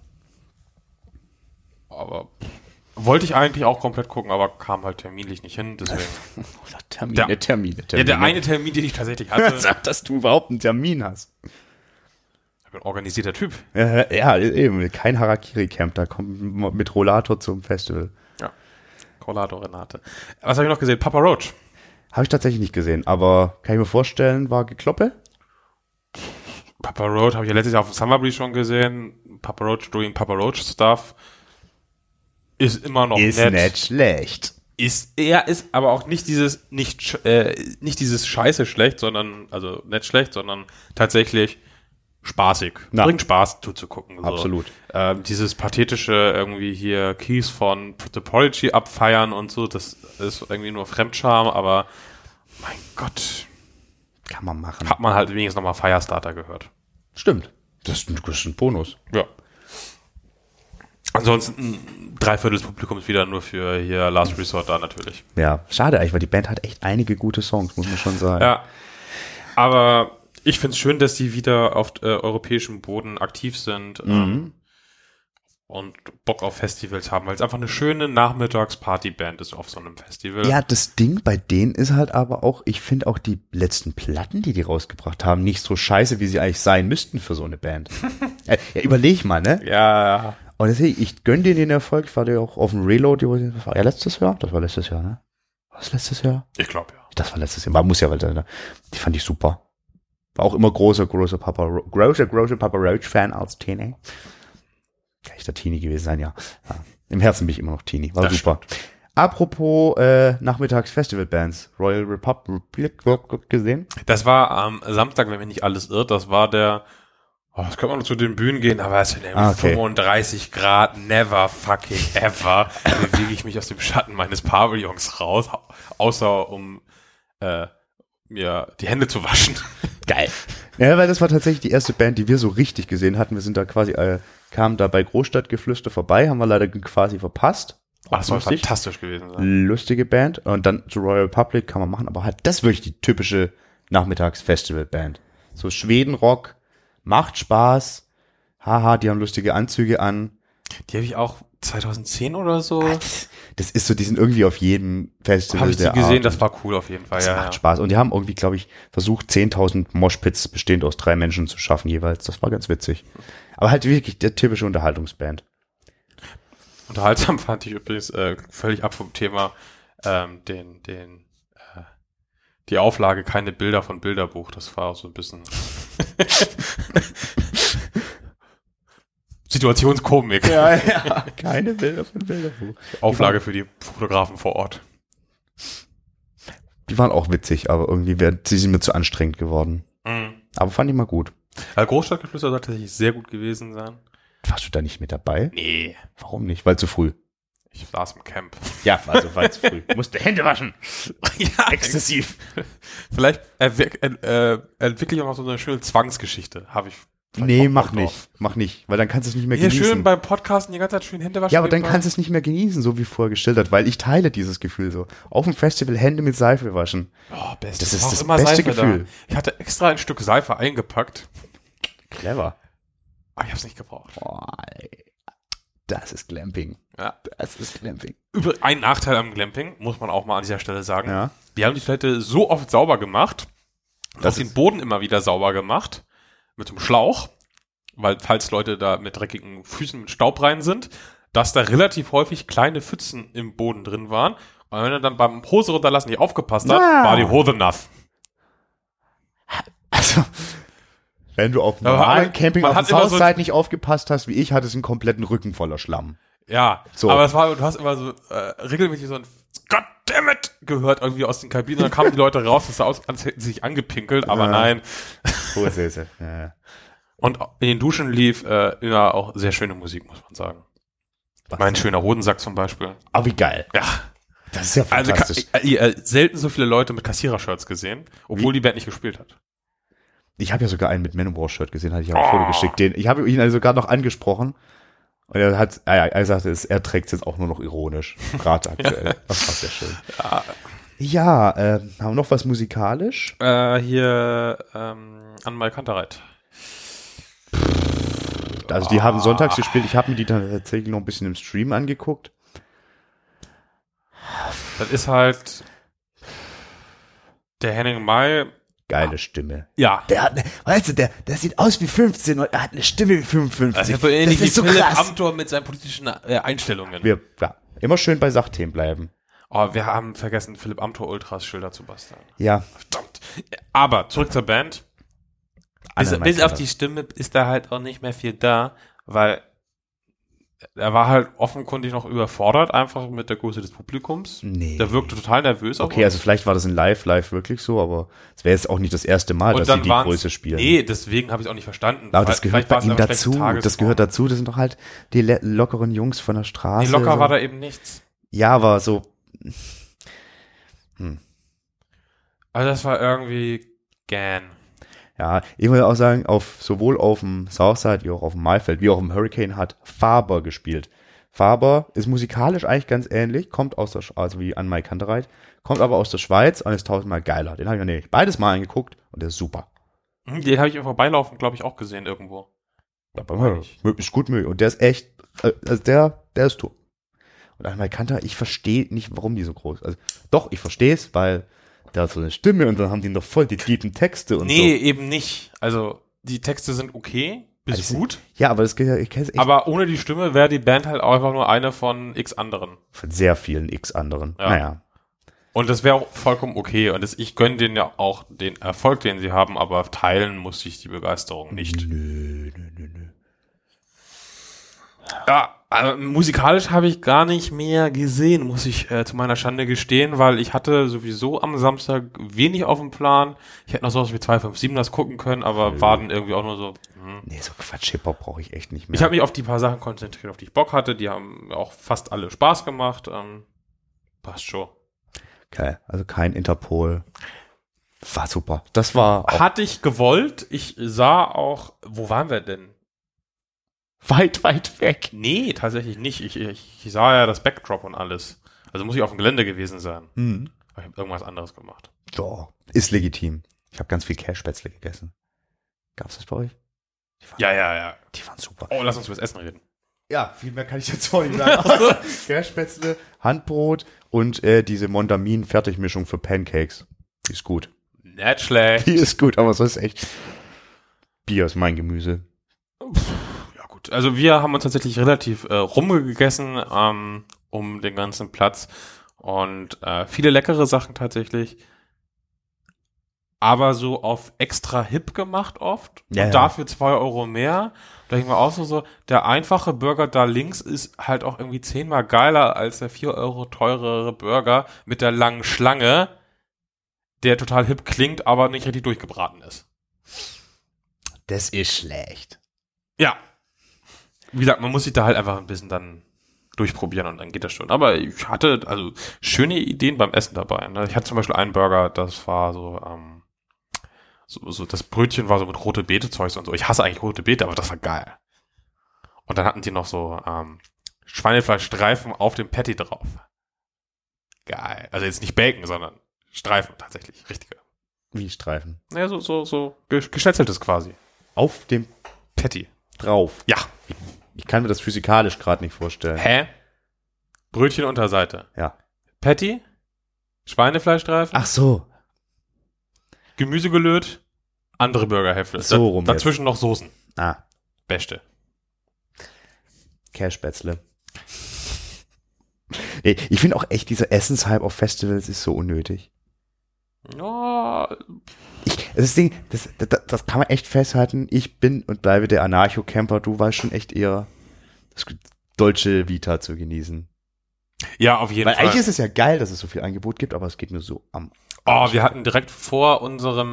Aber wollte ich eigentlich auch komplett gucken, aber kam halt terminlich nicht hin, deswegen. Termine. Ja, der eine Termin, den ich tatsächlich hatte. Sag, dass du überhaupt einen Termin hast. Ich bin ein organisierter Typ. Ja, eben. Kein Harakiri-Camp, da kommt mit Rollator zum Festival. Ja. Rollator Renate. Was habe ich noch gesehen? Papa Roach. Habe ich tatsächlich nicht gesehen, aber kann ich mir vorstellen, war Gekloppe? Papa Roach habe ich ja letztes Jahr auf dem Summer Breeze schon gesehen. Papa Roach doing Papa Roach Stuff. Ist immer noch ist nett. Nicht schlecht. Ist aber auch nicht dieses Scheiße schlecht, sondern, also nicht schlecht, sondern tatsächlich spaßig. Na. Bringt Spaß zuzugucken. So. Absolut. Dieses pathetische irgendwie hier Keys von The Prodigy abfeiern und so, das ist irgendwie nur Fremdscham, aber mein Gott. Kann man machen. Hat man halt wenigstens nochmal Firestarter gehört. Stimmt. Das ist ein Bonus. Ja. Ansonsten 3/4 des Publikums wieder nur für hier Last Resort da natürlich. Ja, schade eigentlich, weil die Band hat echt einige gute Songs, muss man schon sagen. Ja, aber ich finde es schön, dass sie wieder auf europäischem Boden aktiv sind und Bock auf Festivals haben, weil es einfach eine schöne Nachmittagspartyband ist auf so einem Festival. Ja, das Ding bei denen ist halt aber auch, ich finde auch die letzten Platten, die rausgebracht haben, nicht so scheiße, wie sie eigentlich sein müssten für so eine Band. Ja, überleg mal, ne? Ja. Und deswegen, ich gönne dir den Erfolg. Ich war ja auch auf dem Reload. Das war ja letztes Jahr? Das war letztes Jahr, ne? War das letztes Jahr? Ich glaube, ja. Das war letztes Jahr. Muss ja, weil die fand ich super. War auch immer großer Papa Roach-Fan als Teenie. Kann ich da Teenie gewesen sein, ja. Im Herzen bin ich immer noch Teenie. War das super. Stimmt. Apropos Nachmittags-Festival-Bands. Royal Republic gesehen? Das war am Samstag, wenn mich nicht alles irrt. Das war das könnte man noch zu den Bühnen gehen, aber es sind irgendwie 35 Grad, never fucking ever, bewege ich mich aus dem Schatten meines Pavillons raus, außer um mir die Hände zu waschen. Geil. Ja, weil das war tatsächlich die erste Band, die wir so richtig gesehen hatten. Wir sind da quasi, kamen da bei Großstadtgeflüster vorbei, haben wir leider quasi verpasst. Das soll fantastisch gewesen sein. Lustige Band. Und dann zu Royal Republic kann man machen, aber halt, das ist wirklich die typische Nachmittags-Festival-Band. So Schwedenrock, macht Spaß. Haha, die haben lustige Anzüge an. Die habe ich auch 2010 oder so. Das ist so, die sind irgendwie auf jedem Festival. Habe ich die gesehen, das war cool auf jeden Fall. Das macht Spaß. Und die haben irgendwie, glaube ich, versucht, 10.000 Moshpits bestehend aus 3 Menschen zu schaffen jeweils. Das war ganz witzig. Aber halt wirklich der typische Unterhaltungsband. Unterhaltsam fand ich übrigens völlig ab vom Thema die Auflage keine Bilder von Bilderbuch. Das war auch so ein bisschen Situationskomik. Ja, keine Bilder von Bilderbuch. Auflage für die Fotografen vor Ort. Die waren auch witzig, aber irgendwie sie sind mir zu anstrengend geworden. Mhm. Aber fand ich mal gut. Großstadtgeflüster sollte tatsächlich sehr gut gewesen sein. Warst du da nicht mit dabei? Nee. Warum nicht? Weil zu früh. Ich saß im Camp. Ja, also weil zu früh. Musste Hände waschen. Ja, exzessiv. Vielleicht entwickle ich auch noch so eine schöne Zwangsgeschichte. Habe ich. Nee, mach nicht. Weil dann kannst du es nicht mehr genießen. Hier schön beim Podcasten die ganze Zeit schön Hände waschen. Ja, aber dann kannst du es nicht mehr genießen, so wie vorher geschildert, weil ich teile dieses Gefühl so. Auf dem Festival Hände mit Seife waschen. Oh, das ist das beste Gefühl. Da. Ich hatte extra ein Stück Seife eingepackt. Clever. Aber ich habe es nicht gebraucht. Boah, das ist Glamping. Ja. Das ist Glamping. Ein Nachteil am Glamping, muss man auch mal an dieser Stelle sagen. Ja. Die haben die Toilette so oft sauber gemacht, auch den Boden immer wieder sauber gemacht, mit so einem Schlauch, weil falls Leute da mit dreckigen Füßen mit Staub rein sind, dass da relativ häufig kleine Pfützen im Boden drin waren. Und wenn er dann beim Hose runterlassen nicht aufgepasst hat, war die Hose nass. Also, wenn du auf normalen Camping auf der Southside nicht aufgepasst hast, wie ich, hattest du einen kompletten Rücken voller Schlamm. Ja, so. Aber du hast immer so regelmäßig so ein Goddammit gehört irgendwie aus den Kabinen. Dann kamen die Leute raus, das sah aus, als hätten sie sich angepinkelt, aber nein. Hose. Ja. Und in den Duschen lief ja auch sehr schöne Musik, muss man sagen. Mein schöner Hodensack zum Beispiel. Aber wie geil. Ja. Das ist ja fantastisch. Also, selten so viele Leute mit Kassierer-Shirts gesehen, obwohl die Band nicht gespielt hat. Ich habe ja sogar einen mit Manowar-Shirt gesehen, hatte ich auch ein Foto geschickt. Ich habe ihn also sogar noch angesprochen. Und er sagte, er trägt es jetzt auch nur noch ironisch. Gerade aktuell. Das war sehr schön. Ja, haben wir noch was musikalisch? Hier Anmal Kantereit. Also die haben sonntags gespielt. Ich habe mir die dann tatsächlich noch ein bisschen im Stream angeguckt. Das ist halt der Henning May. Geile Stimme. Ja. Der hat der sieht aus wie 15 und er hat eine Stimme wie 55. Das ist so ähnlich wie so Philipp krass. Amthor mit seinen politischen Einstellungen. Immer schön bei Sachthemen bleiben. Oh, wir haben vergessen, Philipp Amthor Ultras Schilder zu basteln. Ja. Verdammt. Aber zurück zur Band. Bis auf die Stimme ist da halt auch nicht mehr viel da, weil er war halt offenkundig noch überfordert, einfach mit der Größe des Publikums. Nee. Der wirkte total nervös. Okay, also vielleicht war das in Live wirklich so, aber es wäre jetzt auch nicht das erste Mal, dass sie die Größe spielen. Nee, deswegen habe ich es auch nicht verstanden. Aber das gehört bei ihm dazu. Das gehört dazu. Das sind doch halt die lockeren Jungs von der Straße. Nee, locker so. War da eben nichts. Ja, aber so. Also das war irgendwie Ja, ich muss auch sagen, sowohl auf dem Southside wie auch auf dem Maifeld, wie auch im Hurricane hat Faber gespielt. Faber ist musikalisch eigentlich ganz ähnlich, kommt aus also wie Anmal Kantereit, kommt aber aus der Schweiz und ist tausendmal geiler. Den habe ich mir nämlich beides mal angeguckt und der ist super. Den habe ich im Vorbeilaufen, glaube ich, auch gesehen irgendwo. Ist gut möglich. Und der ist echt, also der ist top. Und Anmal Kantereit, ich verstehe nicht, warum die so groß. Also doch, ich verstehe es, weil der hat so eine Stimme und dann haben die noch voll die tiefen Texte und so. Nee, eben nicht. Also, die Texte sind okay, bis gut. Ja, aber das geht ja, ich kenne es echt. Aber ohne die Stimme wäre die Band halt auch einfach nur eine von x anderen. Von sehr vielen x anderen. Ja. Naja. Und das wäre auch vollkommen okay. Und ich gönne denen ja auch den Erfolg, den sie haben, aber teilen muss ich die Begeisterung nicht. Nö. Ja, also musikalisch habe ich gar nicht mehr gesehen, muss ich zu meiner Schande gestehen, weil ich hatte sowieso am Samstag wenig auf dem Plan. Ich hätte noch sowas wie 257 das gucken können, aber war dann irgendwie auch nur so. Nee, so Quatsch-Hip-Hop brauche ich echt nicht mehr. Ich habe mich auf die paar Sachen konzentriert, auf die ich Bock hatte. Die haben auch fast alle Spaß gemacht. Passt schon. Okay, also kein Interpol. War super. Das war auch Hatte ich gewollt. Ich sah auch, wo waren wir denn? weit weg. Nee, tatsächlich nicht. Ich sah ja das Backdrop und alles. Also muss ich auf dem Gelände gewesen sein. Aber ich habe irgendwas anderes gemacht. Ja, ist legitim. Ich habe ganz viel Kässpätzle gegessen. Gab's das bei euch? Ja. Die waren super. Oh, lass uns über das Essen reden. Ja, viel mehr kann ich jetzt auch nicht sagen. Kässpätzle, Handbrot und diese Mondamin-Fertigmischung für Pancakes. Die ist gut. Nicht schlecht. Die ist gut, aber so ist echt. Bier ist mein Gemüse. Ja gut, also wir haben uns tatsächlich relativ rumgegessen um den ganzen Platz und viele leckere Sachen tatsächlich. Aber so auf extra hip gemacht oft. Ja, und dafür 2 Euro mehr. Da denke ich mir auch so, der einfache Burger da links ist halt auch irgendwie 10-mal geiler als der 4 Euro teurere Burger mit der langen Schlange, der total hip klingt, aber nicht richtig durchgebraten ist. Das ist schlecht. Ja. Wie gesagt, man muss sich da halt einfach ein bisschen dann durchprobieren und dann geht das schon. Aber ich hatte also schöne Ideen beim Essen dabei. Ne? Ich hatte zum Beispiel einen Burger, das war so das Brötchen war so mit rote Beete-Zeugs und so. Ich hasse eigentlich rote Beete, aber das war geil. Und dann hatten die noch so Schweinefleischstreifen auf dem Patty drauf. Geil. Also jetzt nicht Bacon, sondern Streifen tatsächlich. Richtige. Wie Streifen? Naja, so geschnetzeltes quasi. Auf dem Patty. Drauf. Ja. Ich kann mir das physikalisch gerade nicht vorstellen. Hä? Brötchen Unterseite. Ja. Patty. Schweinefleischstreifen. Ach so. Gemüse gelöt. Andere Burgerhälfte. So rum dazwischen noch Soßen. Ah. Beste. Kässpätzle. Nee, ich finde auch echt, dieser Essenshype auf Festivals ist so unnötig. Ja, Das Ding, das kann man echt festhalten. Ich bin und bleibe der Anarcho-Camper. Du weißt schon echt eher das deutsche Vita zu genießen. ja, auf jeden Weil Fall. eigentlich ist es ja geil, dass es so viel Angebot gibt, aber es geht mir so am Oh, wir hatten direkt vor unserem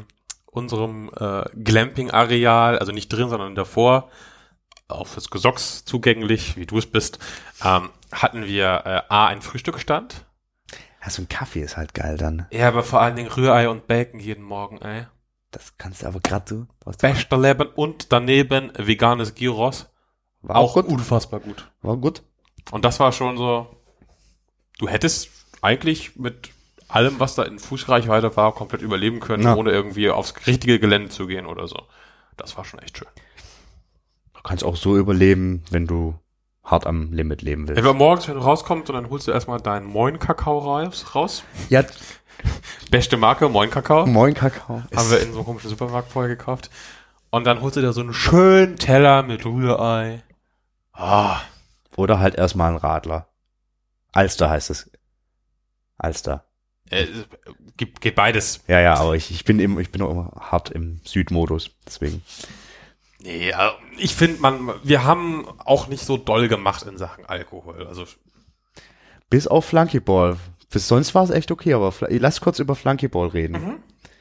Glamping-Areal, also nicht drin, sondern davor, auch fürs Gesocks zugänglich, wie du es bist, hatten wir ein Frühstückstand. Ja, so ein Kaffee ist halt geil dann. Ja, aber vor allen Dingen Rührei und Bacon jeden Morgen, ey. Das kannst du aber gerade so. Bester Leben und daneben veganes Gyros. War Auch gut. unfassbar gut. War gut. Und das war schon so, du hättest eigentlich mit allem, was da in Fußreichweite war, komplett überleben können, Ja. ohne irgendwie aufs richtige Gelände zu gehen oder so. Das war schon echt schön. Du kannst auch so überleben, wenn du hart am Limit leben willst. Wenn wir morgens, wenn du rauskommst, und dann holst du erstmal deinen Moin-Kakao raus. Ja, Beste Marke, Moin-Kakao. Moin Kakao. Haben wir in so einem komischen Supermarkt vorher gekauft. Und dann holst du dir so einen schönen Teller mit Rührei. Ah, Oder halt erstmal ein Radler. Alster heißt es. Alster. geht beides. Ja, aber ich bin auch immer hart im Südmodus, deswegen. Nee, ja, ich finde, wir haben auch nicht so doll gemacht in Sachen Alkohol. Also, Bis auf Flunkyball. Bis sonst war es echt okay, aber lass kurz über Flunkyball reden.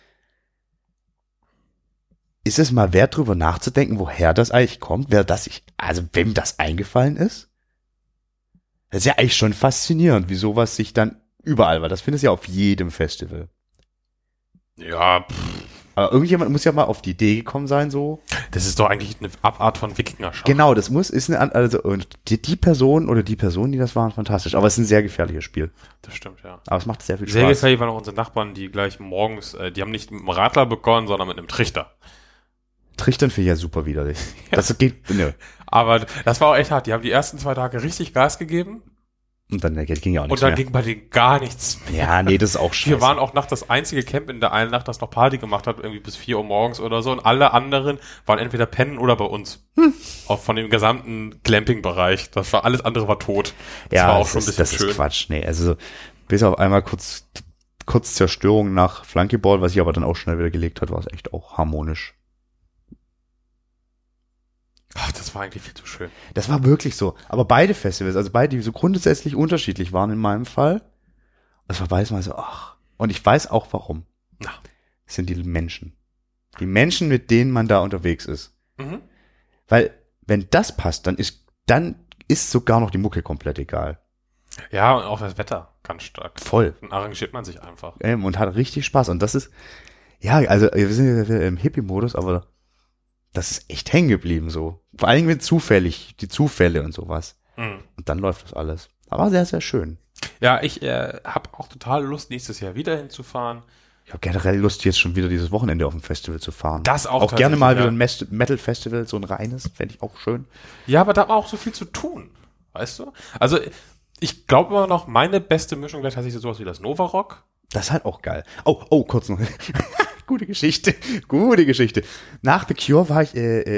Ist es mal wert, drüber nachzudenken, woher das eigentlich kommt? Wem das eingefallen ist? Das ist ja eigentlich schon faszinierend, wie sowas sich dann überall, weil das findest du ja auf jedem Festival. ja, Aber irgendjemand muss ja mal auf die Idee gekommen sein, so. das ist doch eigentlich eine Abart von Wikingerschach. Genau, und die Person oder die Personen, die das waren, fantastisch. Aber es ist ein sehr gefährliches Spiel. Das stimmt, ja. Aber es macht sehr viel Sehr Spaß. gefährlich waren auch unsere Nachbarn, die gleich morgens, die haben nicht mit einem Radler begonnen, sondern mit einem Trichter. Trichtern finde ich ja super widerlich. Das geht, nö. Aber das war auch echt hart. Die haben die ersten 2 Tage richtig Gas gegeben Und dann ging ja auch und nichts dann mehr. ging bei denen gar nichts mehr. Ja, nee, das ist auch scheiße. Wir waren auch nachts das einzige Camp in der einen Nacht, das noch Party gemacht hat, irgendwie bis 4 Uhr morgens oder so. Und alle anderen waren entweder pennen oder bei uns. Auch von dem gesamten Glamping-Bereich. Das war, alles andere war tot. Das war auch schon ein bisschen das schön. ist Quatsch. Nee, also bis auf einmal kurz Zerstörung nach Flunkyball, was sich aber dann auch schnell wieder gelegt hat, war es echt auch harmonisch. Ach, das war eigentlich viel zu schön. Das war wirklich so. Aber beide Festivals, also beide, die so grundsätzlich unterschiedlich waren in meinem Fall, das war beides mal so, ach. Und ich weiß auch warum. Na. Das sind die Menschen. Die Menschen, mit denen man da unterwegs ist. Mhm. Weil, wenn das passt, dann ist sogar noch die Mucke komplett egal. Ja, und auch das Wetter ganz stark. Voll. Dann arrangiert man sich einfach. Und hat richtig Spaß. Und das ist, ja, also wir sind ja wieder im Hippie-Modus, aber das ist echt hängen geblieben so. Vor allem mit die Zufälle und sowas. Mhm. Und dann läuft das alles. Aber sehr, sehr schön. Ja, ich habe auch total Lust, nächstes Jahr wieder hinzufahren. Ich habe generell Lust, jetzt schon wieder dieses Wochenende auf dem Festival zu fahren. Das auch Auch gerne mal wieder tatsächlich, ein Metal-Festival, so ein reines, fände ich auch schön. Ja, aber da war auch so viel zu tun. Weißt du? Also, ich glaube immer noch, meine beste Mischung wäre tatsächlich sowas wie das Novarock. Das ist halt auch geil. Oh, kurz noch. Gute Geschichte. Nach The Cure war ich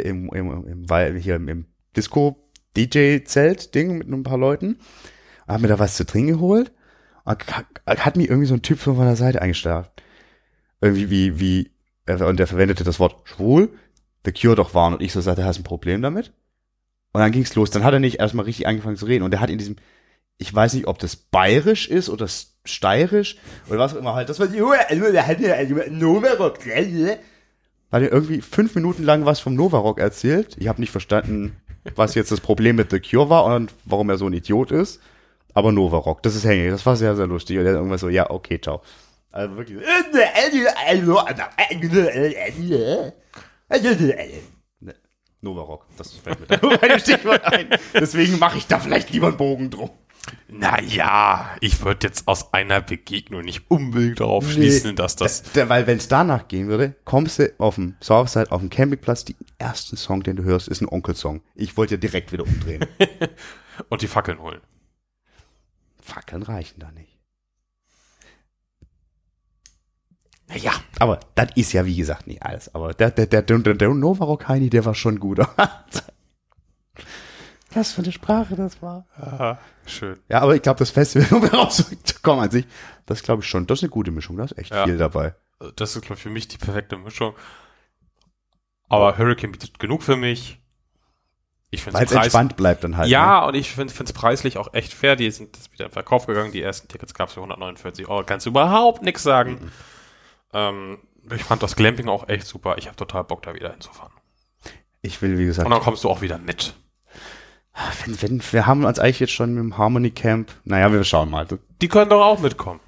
im Disco-DJ-Zelt-Ding mit ein paar Leuten. Hab mir da was zu trinken geholt. Und hat mir irgendwie so ein Typ von der Seite eingestellt. Irgendwie und der verwendete das Wort schwul, The Cure doch waren. Und ich so sagte, hast du ein Problem damit? Und dann ging's los. Dann hat er nicht erstmal richtig angefangen zu reden. Und er hat in diesem, ich weiß nicht, ob das bayerisch ist oder steirisch oder was auch immer halt. Das war Novarock. Hat er irgendwie 5 Minuten lang was vom Novarock erzählt. Ich habe nicht verstanden, was jetzt das Problem mit The Cure war und warum er so ein Idiot ist. Aber Novarock, das ist hängig. Das war sehr, sehr lustig. Und er hat irgendwas so, ja, okay, ciao. Also wirklich. Novarock, das fällt mir da nur bei dem Stichwort ein. Deswegen mache ich da vielleicht lieber einen Bogen drum. Naja, ich würde jetzt aus einer Begegnung nicht unbedingt darauf schließen, dass das... Weil wenn es danach gehen würde, kommst du auf dem Southside, auf dem Campingplatz, den ersten Song, den du hörst, ist ein Onkel-Song. Ich wollte ja direkt wieder umdrehen. Und die Fackeln holen. Fackeln reichen da nicht. Naja, Aber das ist ja, wie gesagt, nicht alles. Aber der Novarock Heini, der war schon gut. Was für eine Sprache das war. Aha, schön. Ja, aber ich glaube, das Festival, um darauf zurückzukommen an sich, das glaube ich schon, das ist eine gute Mischung, da ist echt viel dabei. Das ist, glaube ich, für mich die perfekte Mischung. Aber Hurricane bietet genug für mich. Ich finde Weil es entspannt bleibt dann halt. Ja, ne? und ich finde es preislich auch echt fair. Die sind das wieder in Verkauf gegangen. Die ersten Tickets gab es für 149 €. Kannst du überhaupt nichts sagen. Ich fand das Glamping auch echt super. Ich habe total Bock, da wieder hinzufahren. Ich will, wie gesagt. Und dann kommst du auch wieder mit. Wir haben uns eigentlich jetzt schon mit dem Harmony Camp, naja, wir schauen mal. Die können doch auch mitkommen.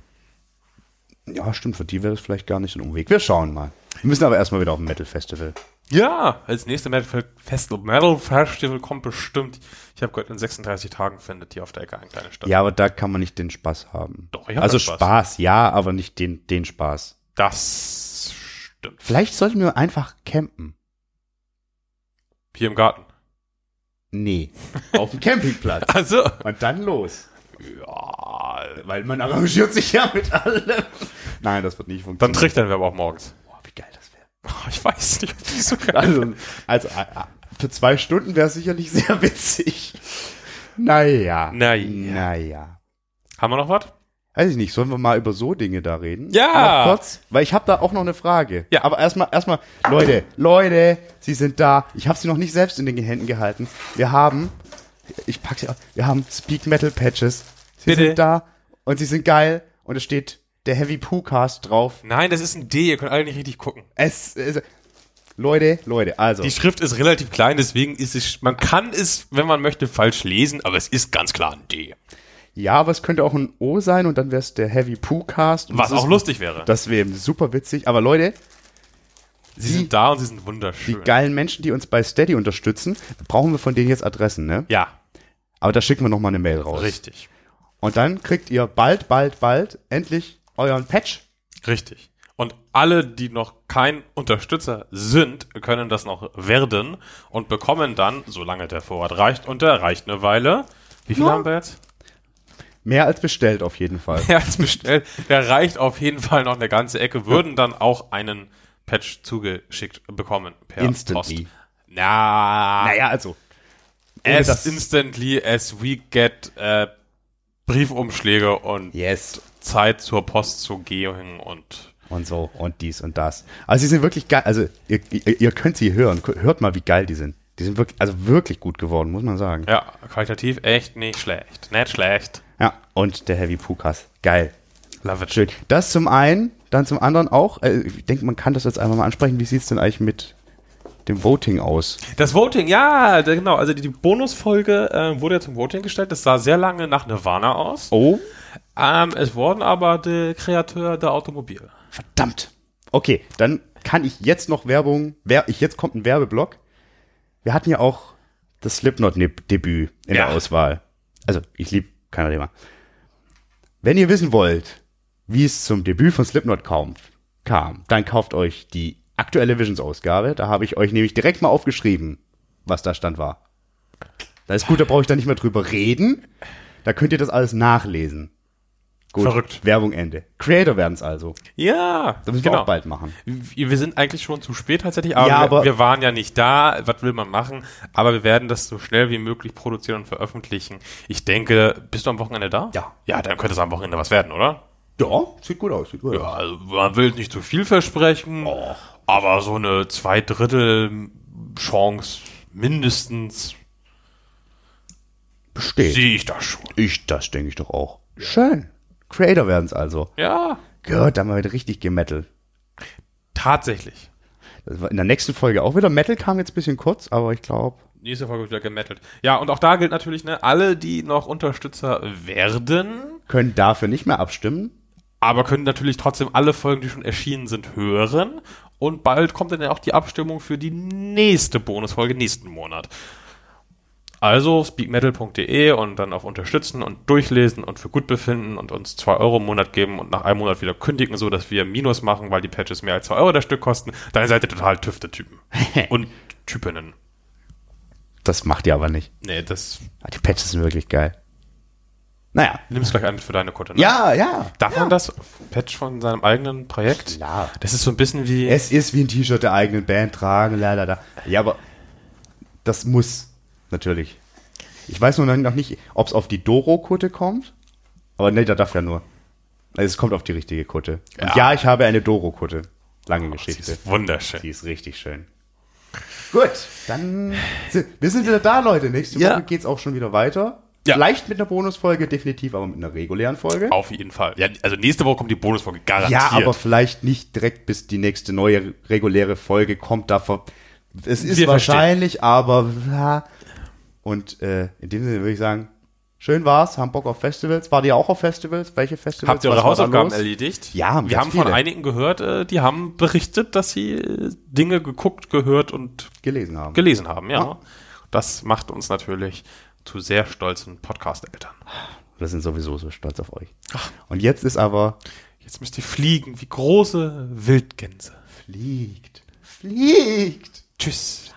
Ja, stimmt, für die wäre das vielleicht gar nicht so ein Umweg. Wir schauen mal. Wir müssen aber erstmal wieder auf ein Metal Festival. Ja, als nächste Metal Festival kommt bestimmt. Ich habe gehört, in 36 Tagen findet die auf der Ecke ein kleines statt. Ja, aber da kann man nicht den Spaß haben. Doch, ich hab also Spaß. Spaß, ja, aber nicht den Spaß. Das stimmt. Vielleicht sollten wir einfach campen. Hier im Garten. Nee, auf dem Campingplatz. Also. Und dann los. Ja. Weil man arrangiert sich ja mit allem. Nein, das wird nicht Dann funktionieren. trichtern wir aber auch morgens. Boah, wie geil das wäre. Oh, ich weiß nicht, ob die so geil Also für 2 Stunden wäre es sicherlich sehr witzig. Naja. Haben wir noch was? Weiß ich nicht, sollen wir mal über so Dinge da reden? Ja. Noch kurz, weil ich habe da auch noch eine Frage. Ja. Aber erstmal, Leute, Sie sind da. Ich habe sie noch nicht selbst in den Händen gehalten. Wir haben Speak Metal Patches. Sie Bitte? sind da und sie sind geil und es steht der Heavy Poo Cast drauf. Nein, das ist ein D, ihr könnt alle nicht richtig gucken. Leute, also. Die Schrift ist relativ klein, deswegen ist es, man kann es, wenn man möchte, falsch lesen, aber es ist ganz klar ein D. Ja, aber es könnte auch ein O sein und dann wäre es der Heavy Poo Cast. Was auch lustig wäre. Das wäre super witzig. Aber Leute, Sie sind da und sie sind wunderschön. die geilen Menschen, die uns bei Steady unterstützen, brauchen wir von denen jetzt Adressen, ne? Ja, Aber da schicken wir nochmal eine Mail raus. richtig. Und dann kriegt ihr bald endlich euren Patch. Richtig. Und alle, die noch kein Unterstützer sind, können das noch werden und bekommen dann, solange der Vorrat reicht, und der reicht eine Weile. Wie viel haben wir jetzt? Mehr als bestellt auf jeden Fall. Mehr als bestellt. Der reicht auf jeden Fall noch eine ganze Ecke, würden dann auch einen Patch zugeschickt bekommen per Instantly. Post. Naja, also. as instantly as we get Briefumschläge und Yes. Zeit zur Post zu gehen Und so und dies und das. Also sie sind wirklich geil. Also ihr könnt sie hören. Hört mal, wie geil die sind. Die sind wirklich gut geworden, muss man sagen. ja, qualitativ echt nicht schlecht. Nicht schlecht. Ja, und der Heavy Pukas. Geil. Love it. Schön. Das zum einen, dann zum anderen auch. Ich denke, man kann das jetzt einfach mal ansprechen. Wie sieht es denn eigentlich mit dem Voting aus? Das Voting, ja, genau. Also die Bonusfolge wurde ja zum Voting gestellt. Das sah sehr lange nach Nirvana aus. Oh, Es wurden aber der Kreateur der Automobil. verdammt. Okay, dann kann ich jetzt noch Werbung. Jetzt kommt ein Werbeblock. Wir hatten ja auch das Slipknot-Debüt in der Auswahl. Also, ich liebe keiner Thema. Wenn ihr wissen wollt, wie es zum Debüt von Slipknot kam, dann kauft euch die aktuelle Visions-Ausgabe. Da habe ich euch nämlich direkt mal aufgeschrieben, was da Stand war. Das ist gut, da brauche ich dann nicht mehr drüber reden. Da könnt ihr das alles nachlesen. Gut, Verrückt. Werbung Ende. Creator werden es also. Ja, Das müssen wir auch bald machen. Wir sind eigentlich schon zu spät tatsächlich, Ja, aber- wir waren ja nicht da. Was will man machen? Aber wir werden das so schnell wie möglich produzieren und veröffentlichen. Ich denke, bist du am Wochenende da? Ja. Ja, dann könnte es am Wochenende was werden, oder? Ja, sieht gut aus. Ja, also man will nicht zu viel versprechen, aber so eine 2/3 Chance mindestens Besteht. sehe ich da schon. Das denke ich doch auch. Schön. Creator werden es also. Ja, Gott, da haben wir wieder richtig gemettelt. tatsächlich. Das war in der nächsten Folge auch wieder. Metal kam jetzt ein bisschen kurz, aber ich glaube. Nächste Folge wird wieder gemettelt. Ja, und auch da gilt natürlich, ne, alle, die noch Unterstützer werden, Können dafür nicht mehr abstimmen. aber können natürlich trotzdem alle Folgen, die schon erschienen sind, hören. Und bald kommt dann ja auch die Abstimmung für die nächste Bonusfolge nächsten Monat. Also speakmetal.de und dann auf Unterstützen und durchlesen und für gut befinden und uns 2 € im Monat geben und nach einem Monat wieder kündigen, so dass wir Minus machen, weil die Patches mehr als 2 € das Stück kosten. Dann seid ihr total Tüfte-Typen. Und Typinnen. Das macht ihr aber nicht. Nee, das Die Patches sind wirklich geil. Naja. nimmst gleich ein für deine Kutte, ne? Ja. Darf man das Patch von seinem eigenen Projekt? Klar. Das ist so ein bisschen wie... Es ist wie ein T-Shirt der eigenen Band tragen. Ja, aber das muss. Natürlich. Ich weiß nur noch nicht, ob es auf die Doro-Kutte kommt. Aber nee, da darf ja nur. Also es kommt auf die richtige Kutte. Und ja, ich habe eine Doro-Kutte. Lange Geschichte. Sie ist wunderschön. Die ist richtig schön. Gut, dann wir sind wieder da, Leute. Nächste Woche geht's auch schon wieder weiter. Ja. Vielleicht mit einer Bonusfolge, definitiv aber mit einer regulären Folge. Auf jeden Fall. Ja, also nächste Woche kommt die Bonusfolge garantiert. Ja, aber vielleicht nicht direkt, bis die nächste neue reguläre Folge kommt. Es ist wahrscheinlich, aber und in dem Sinne würde ich sagen, schön war's, haben Bock auf Festivals. Wart ihr auch auf Festivals? Welche Festivals? Habt ihr eure Hausaufgaben erledigt? Ja, wir haben von einigen gehört, die haben berichtet, dass sie Dinge geguckt, gehört und gelesen haben. Ja. Das macht uns natürlich zu sehr stolzen Podcast-Eltern. Wir sind sowieso so stolz auf euch. Und jetzt ist aber... Jetzt müsst ihr fliegen wie große Wildgänse. Fliegt. Tschüss.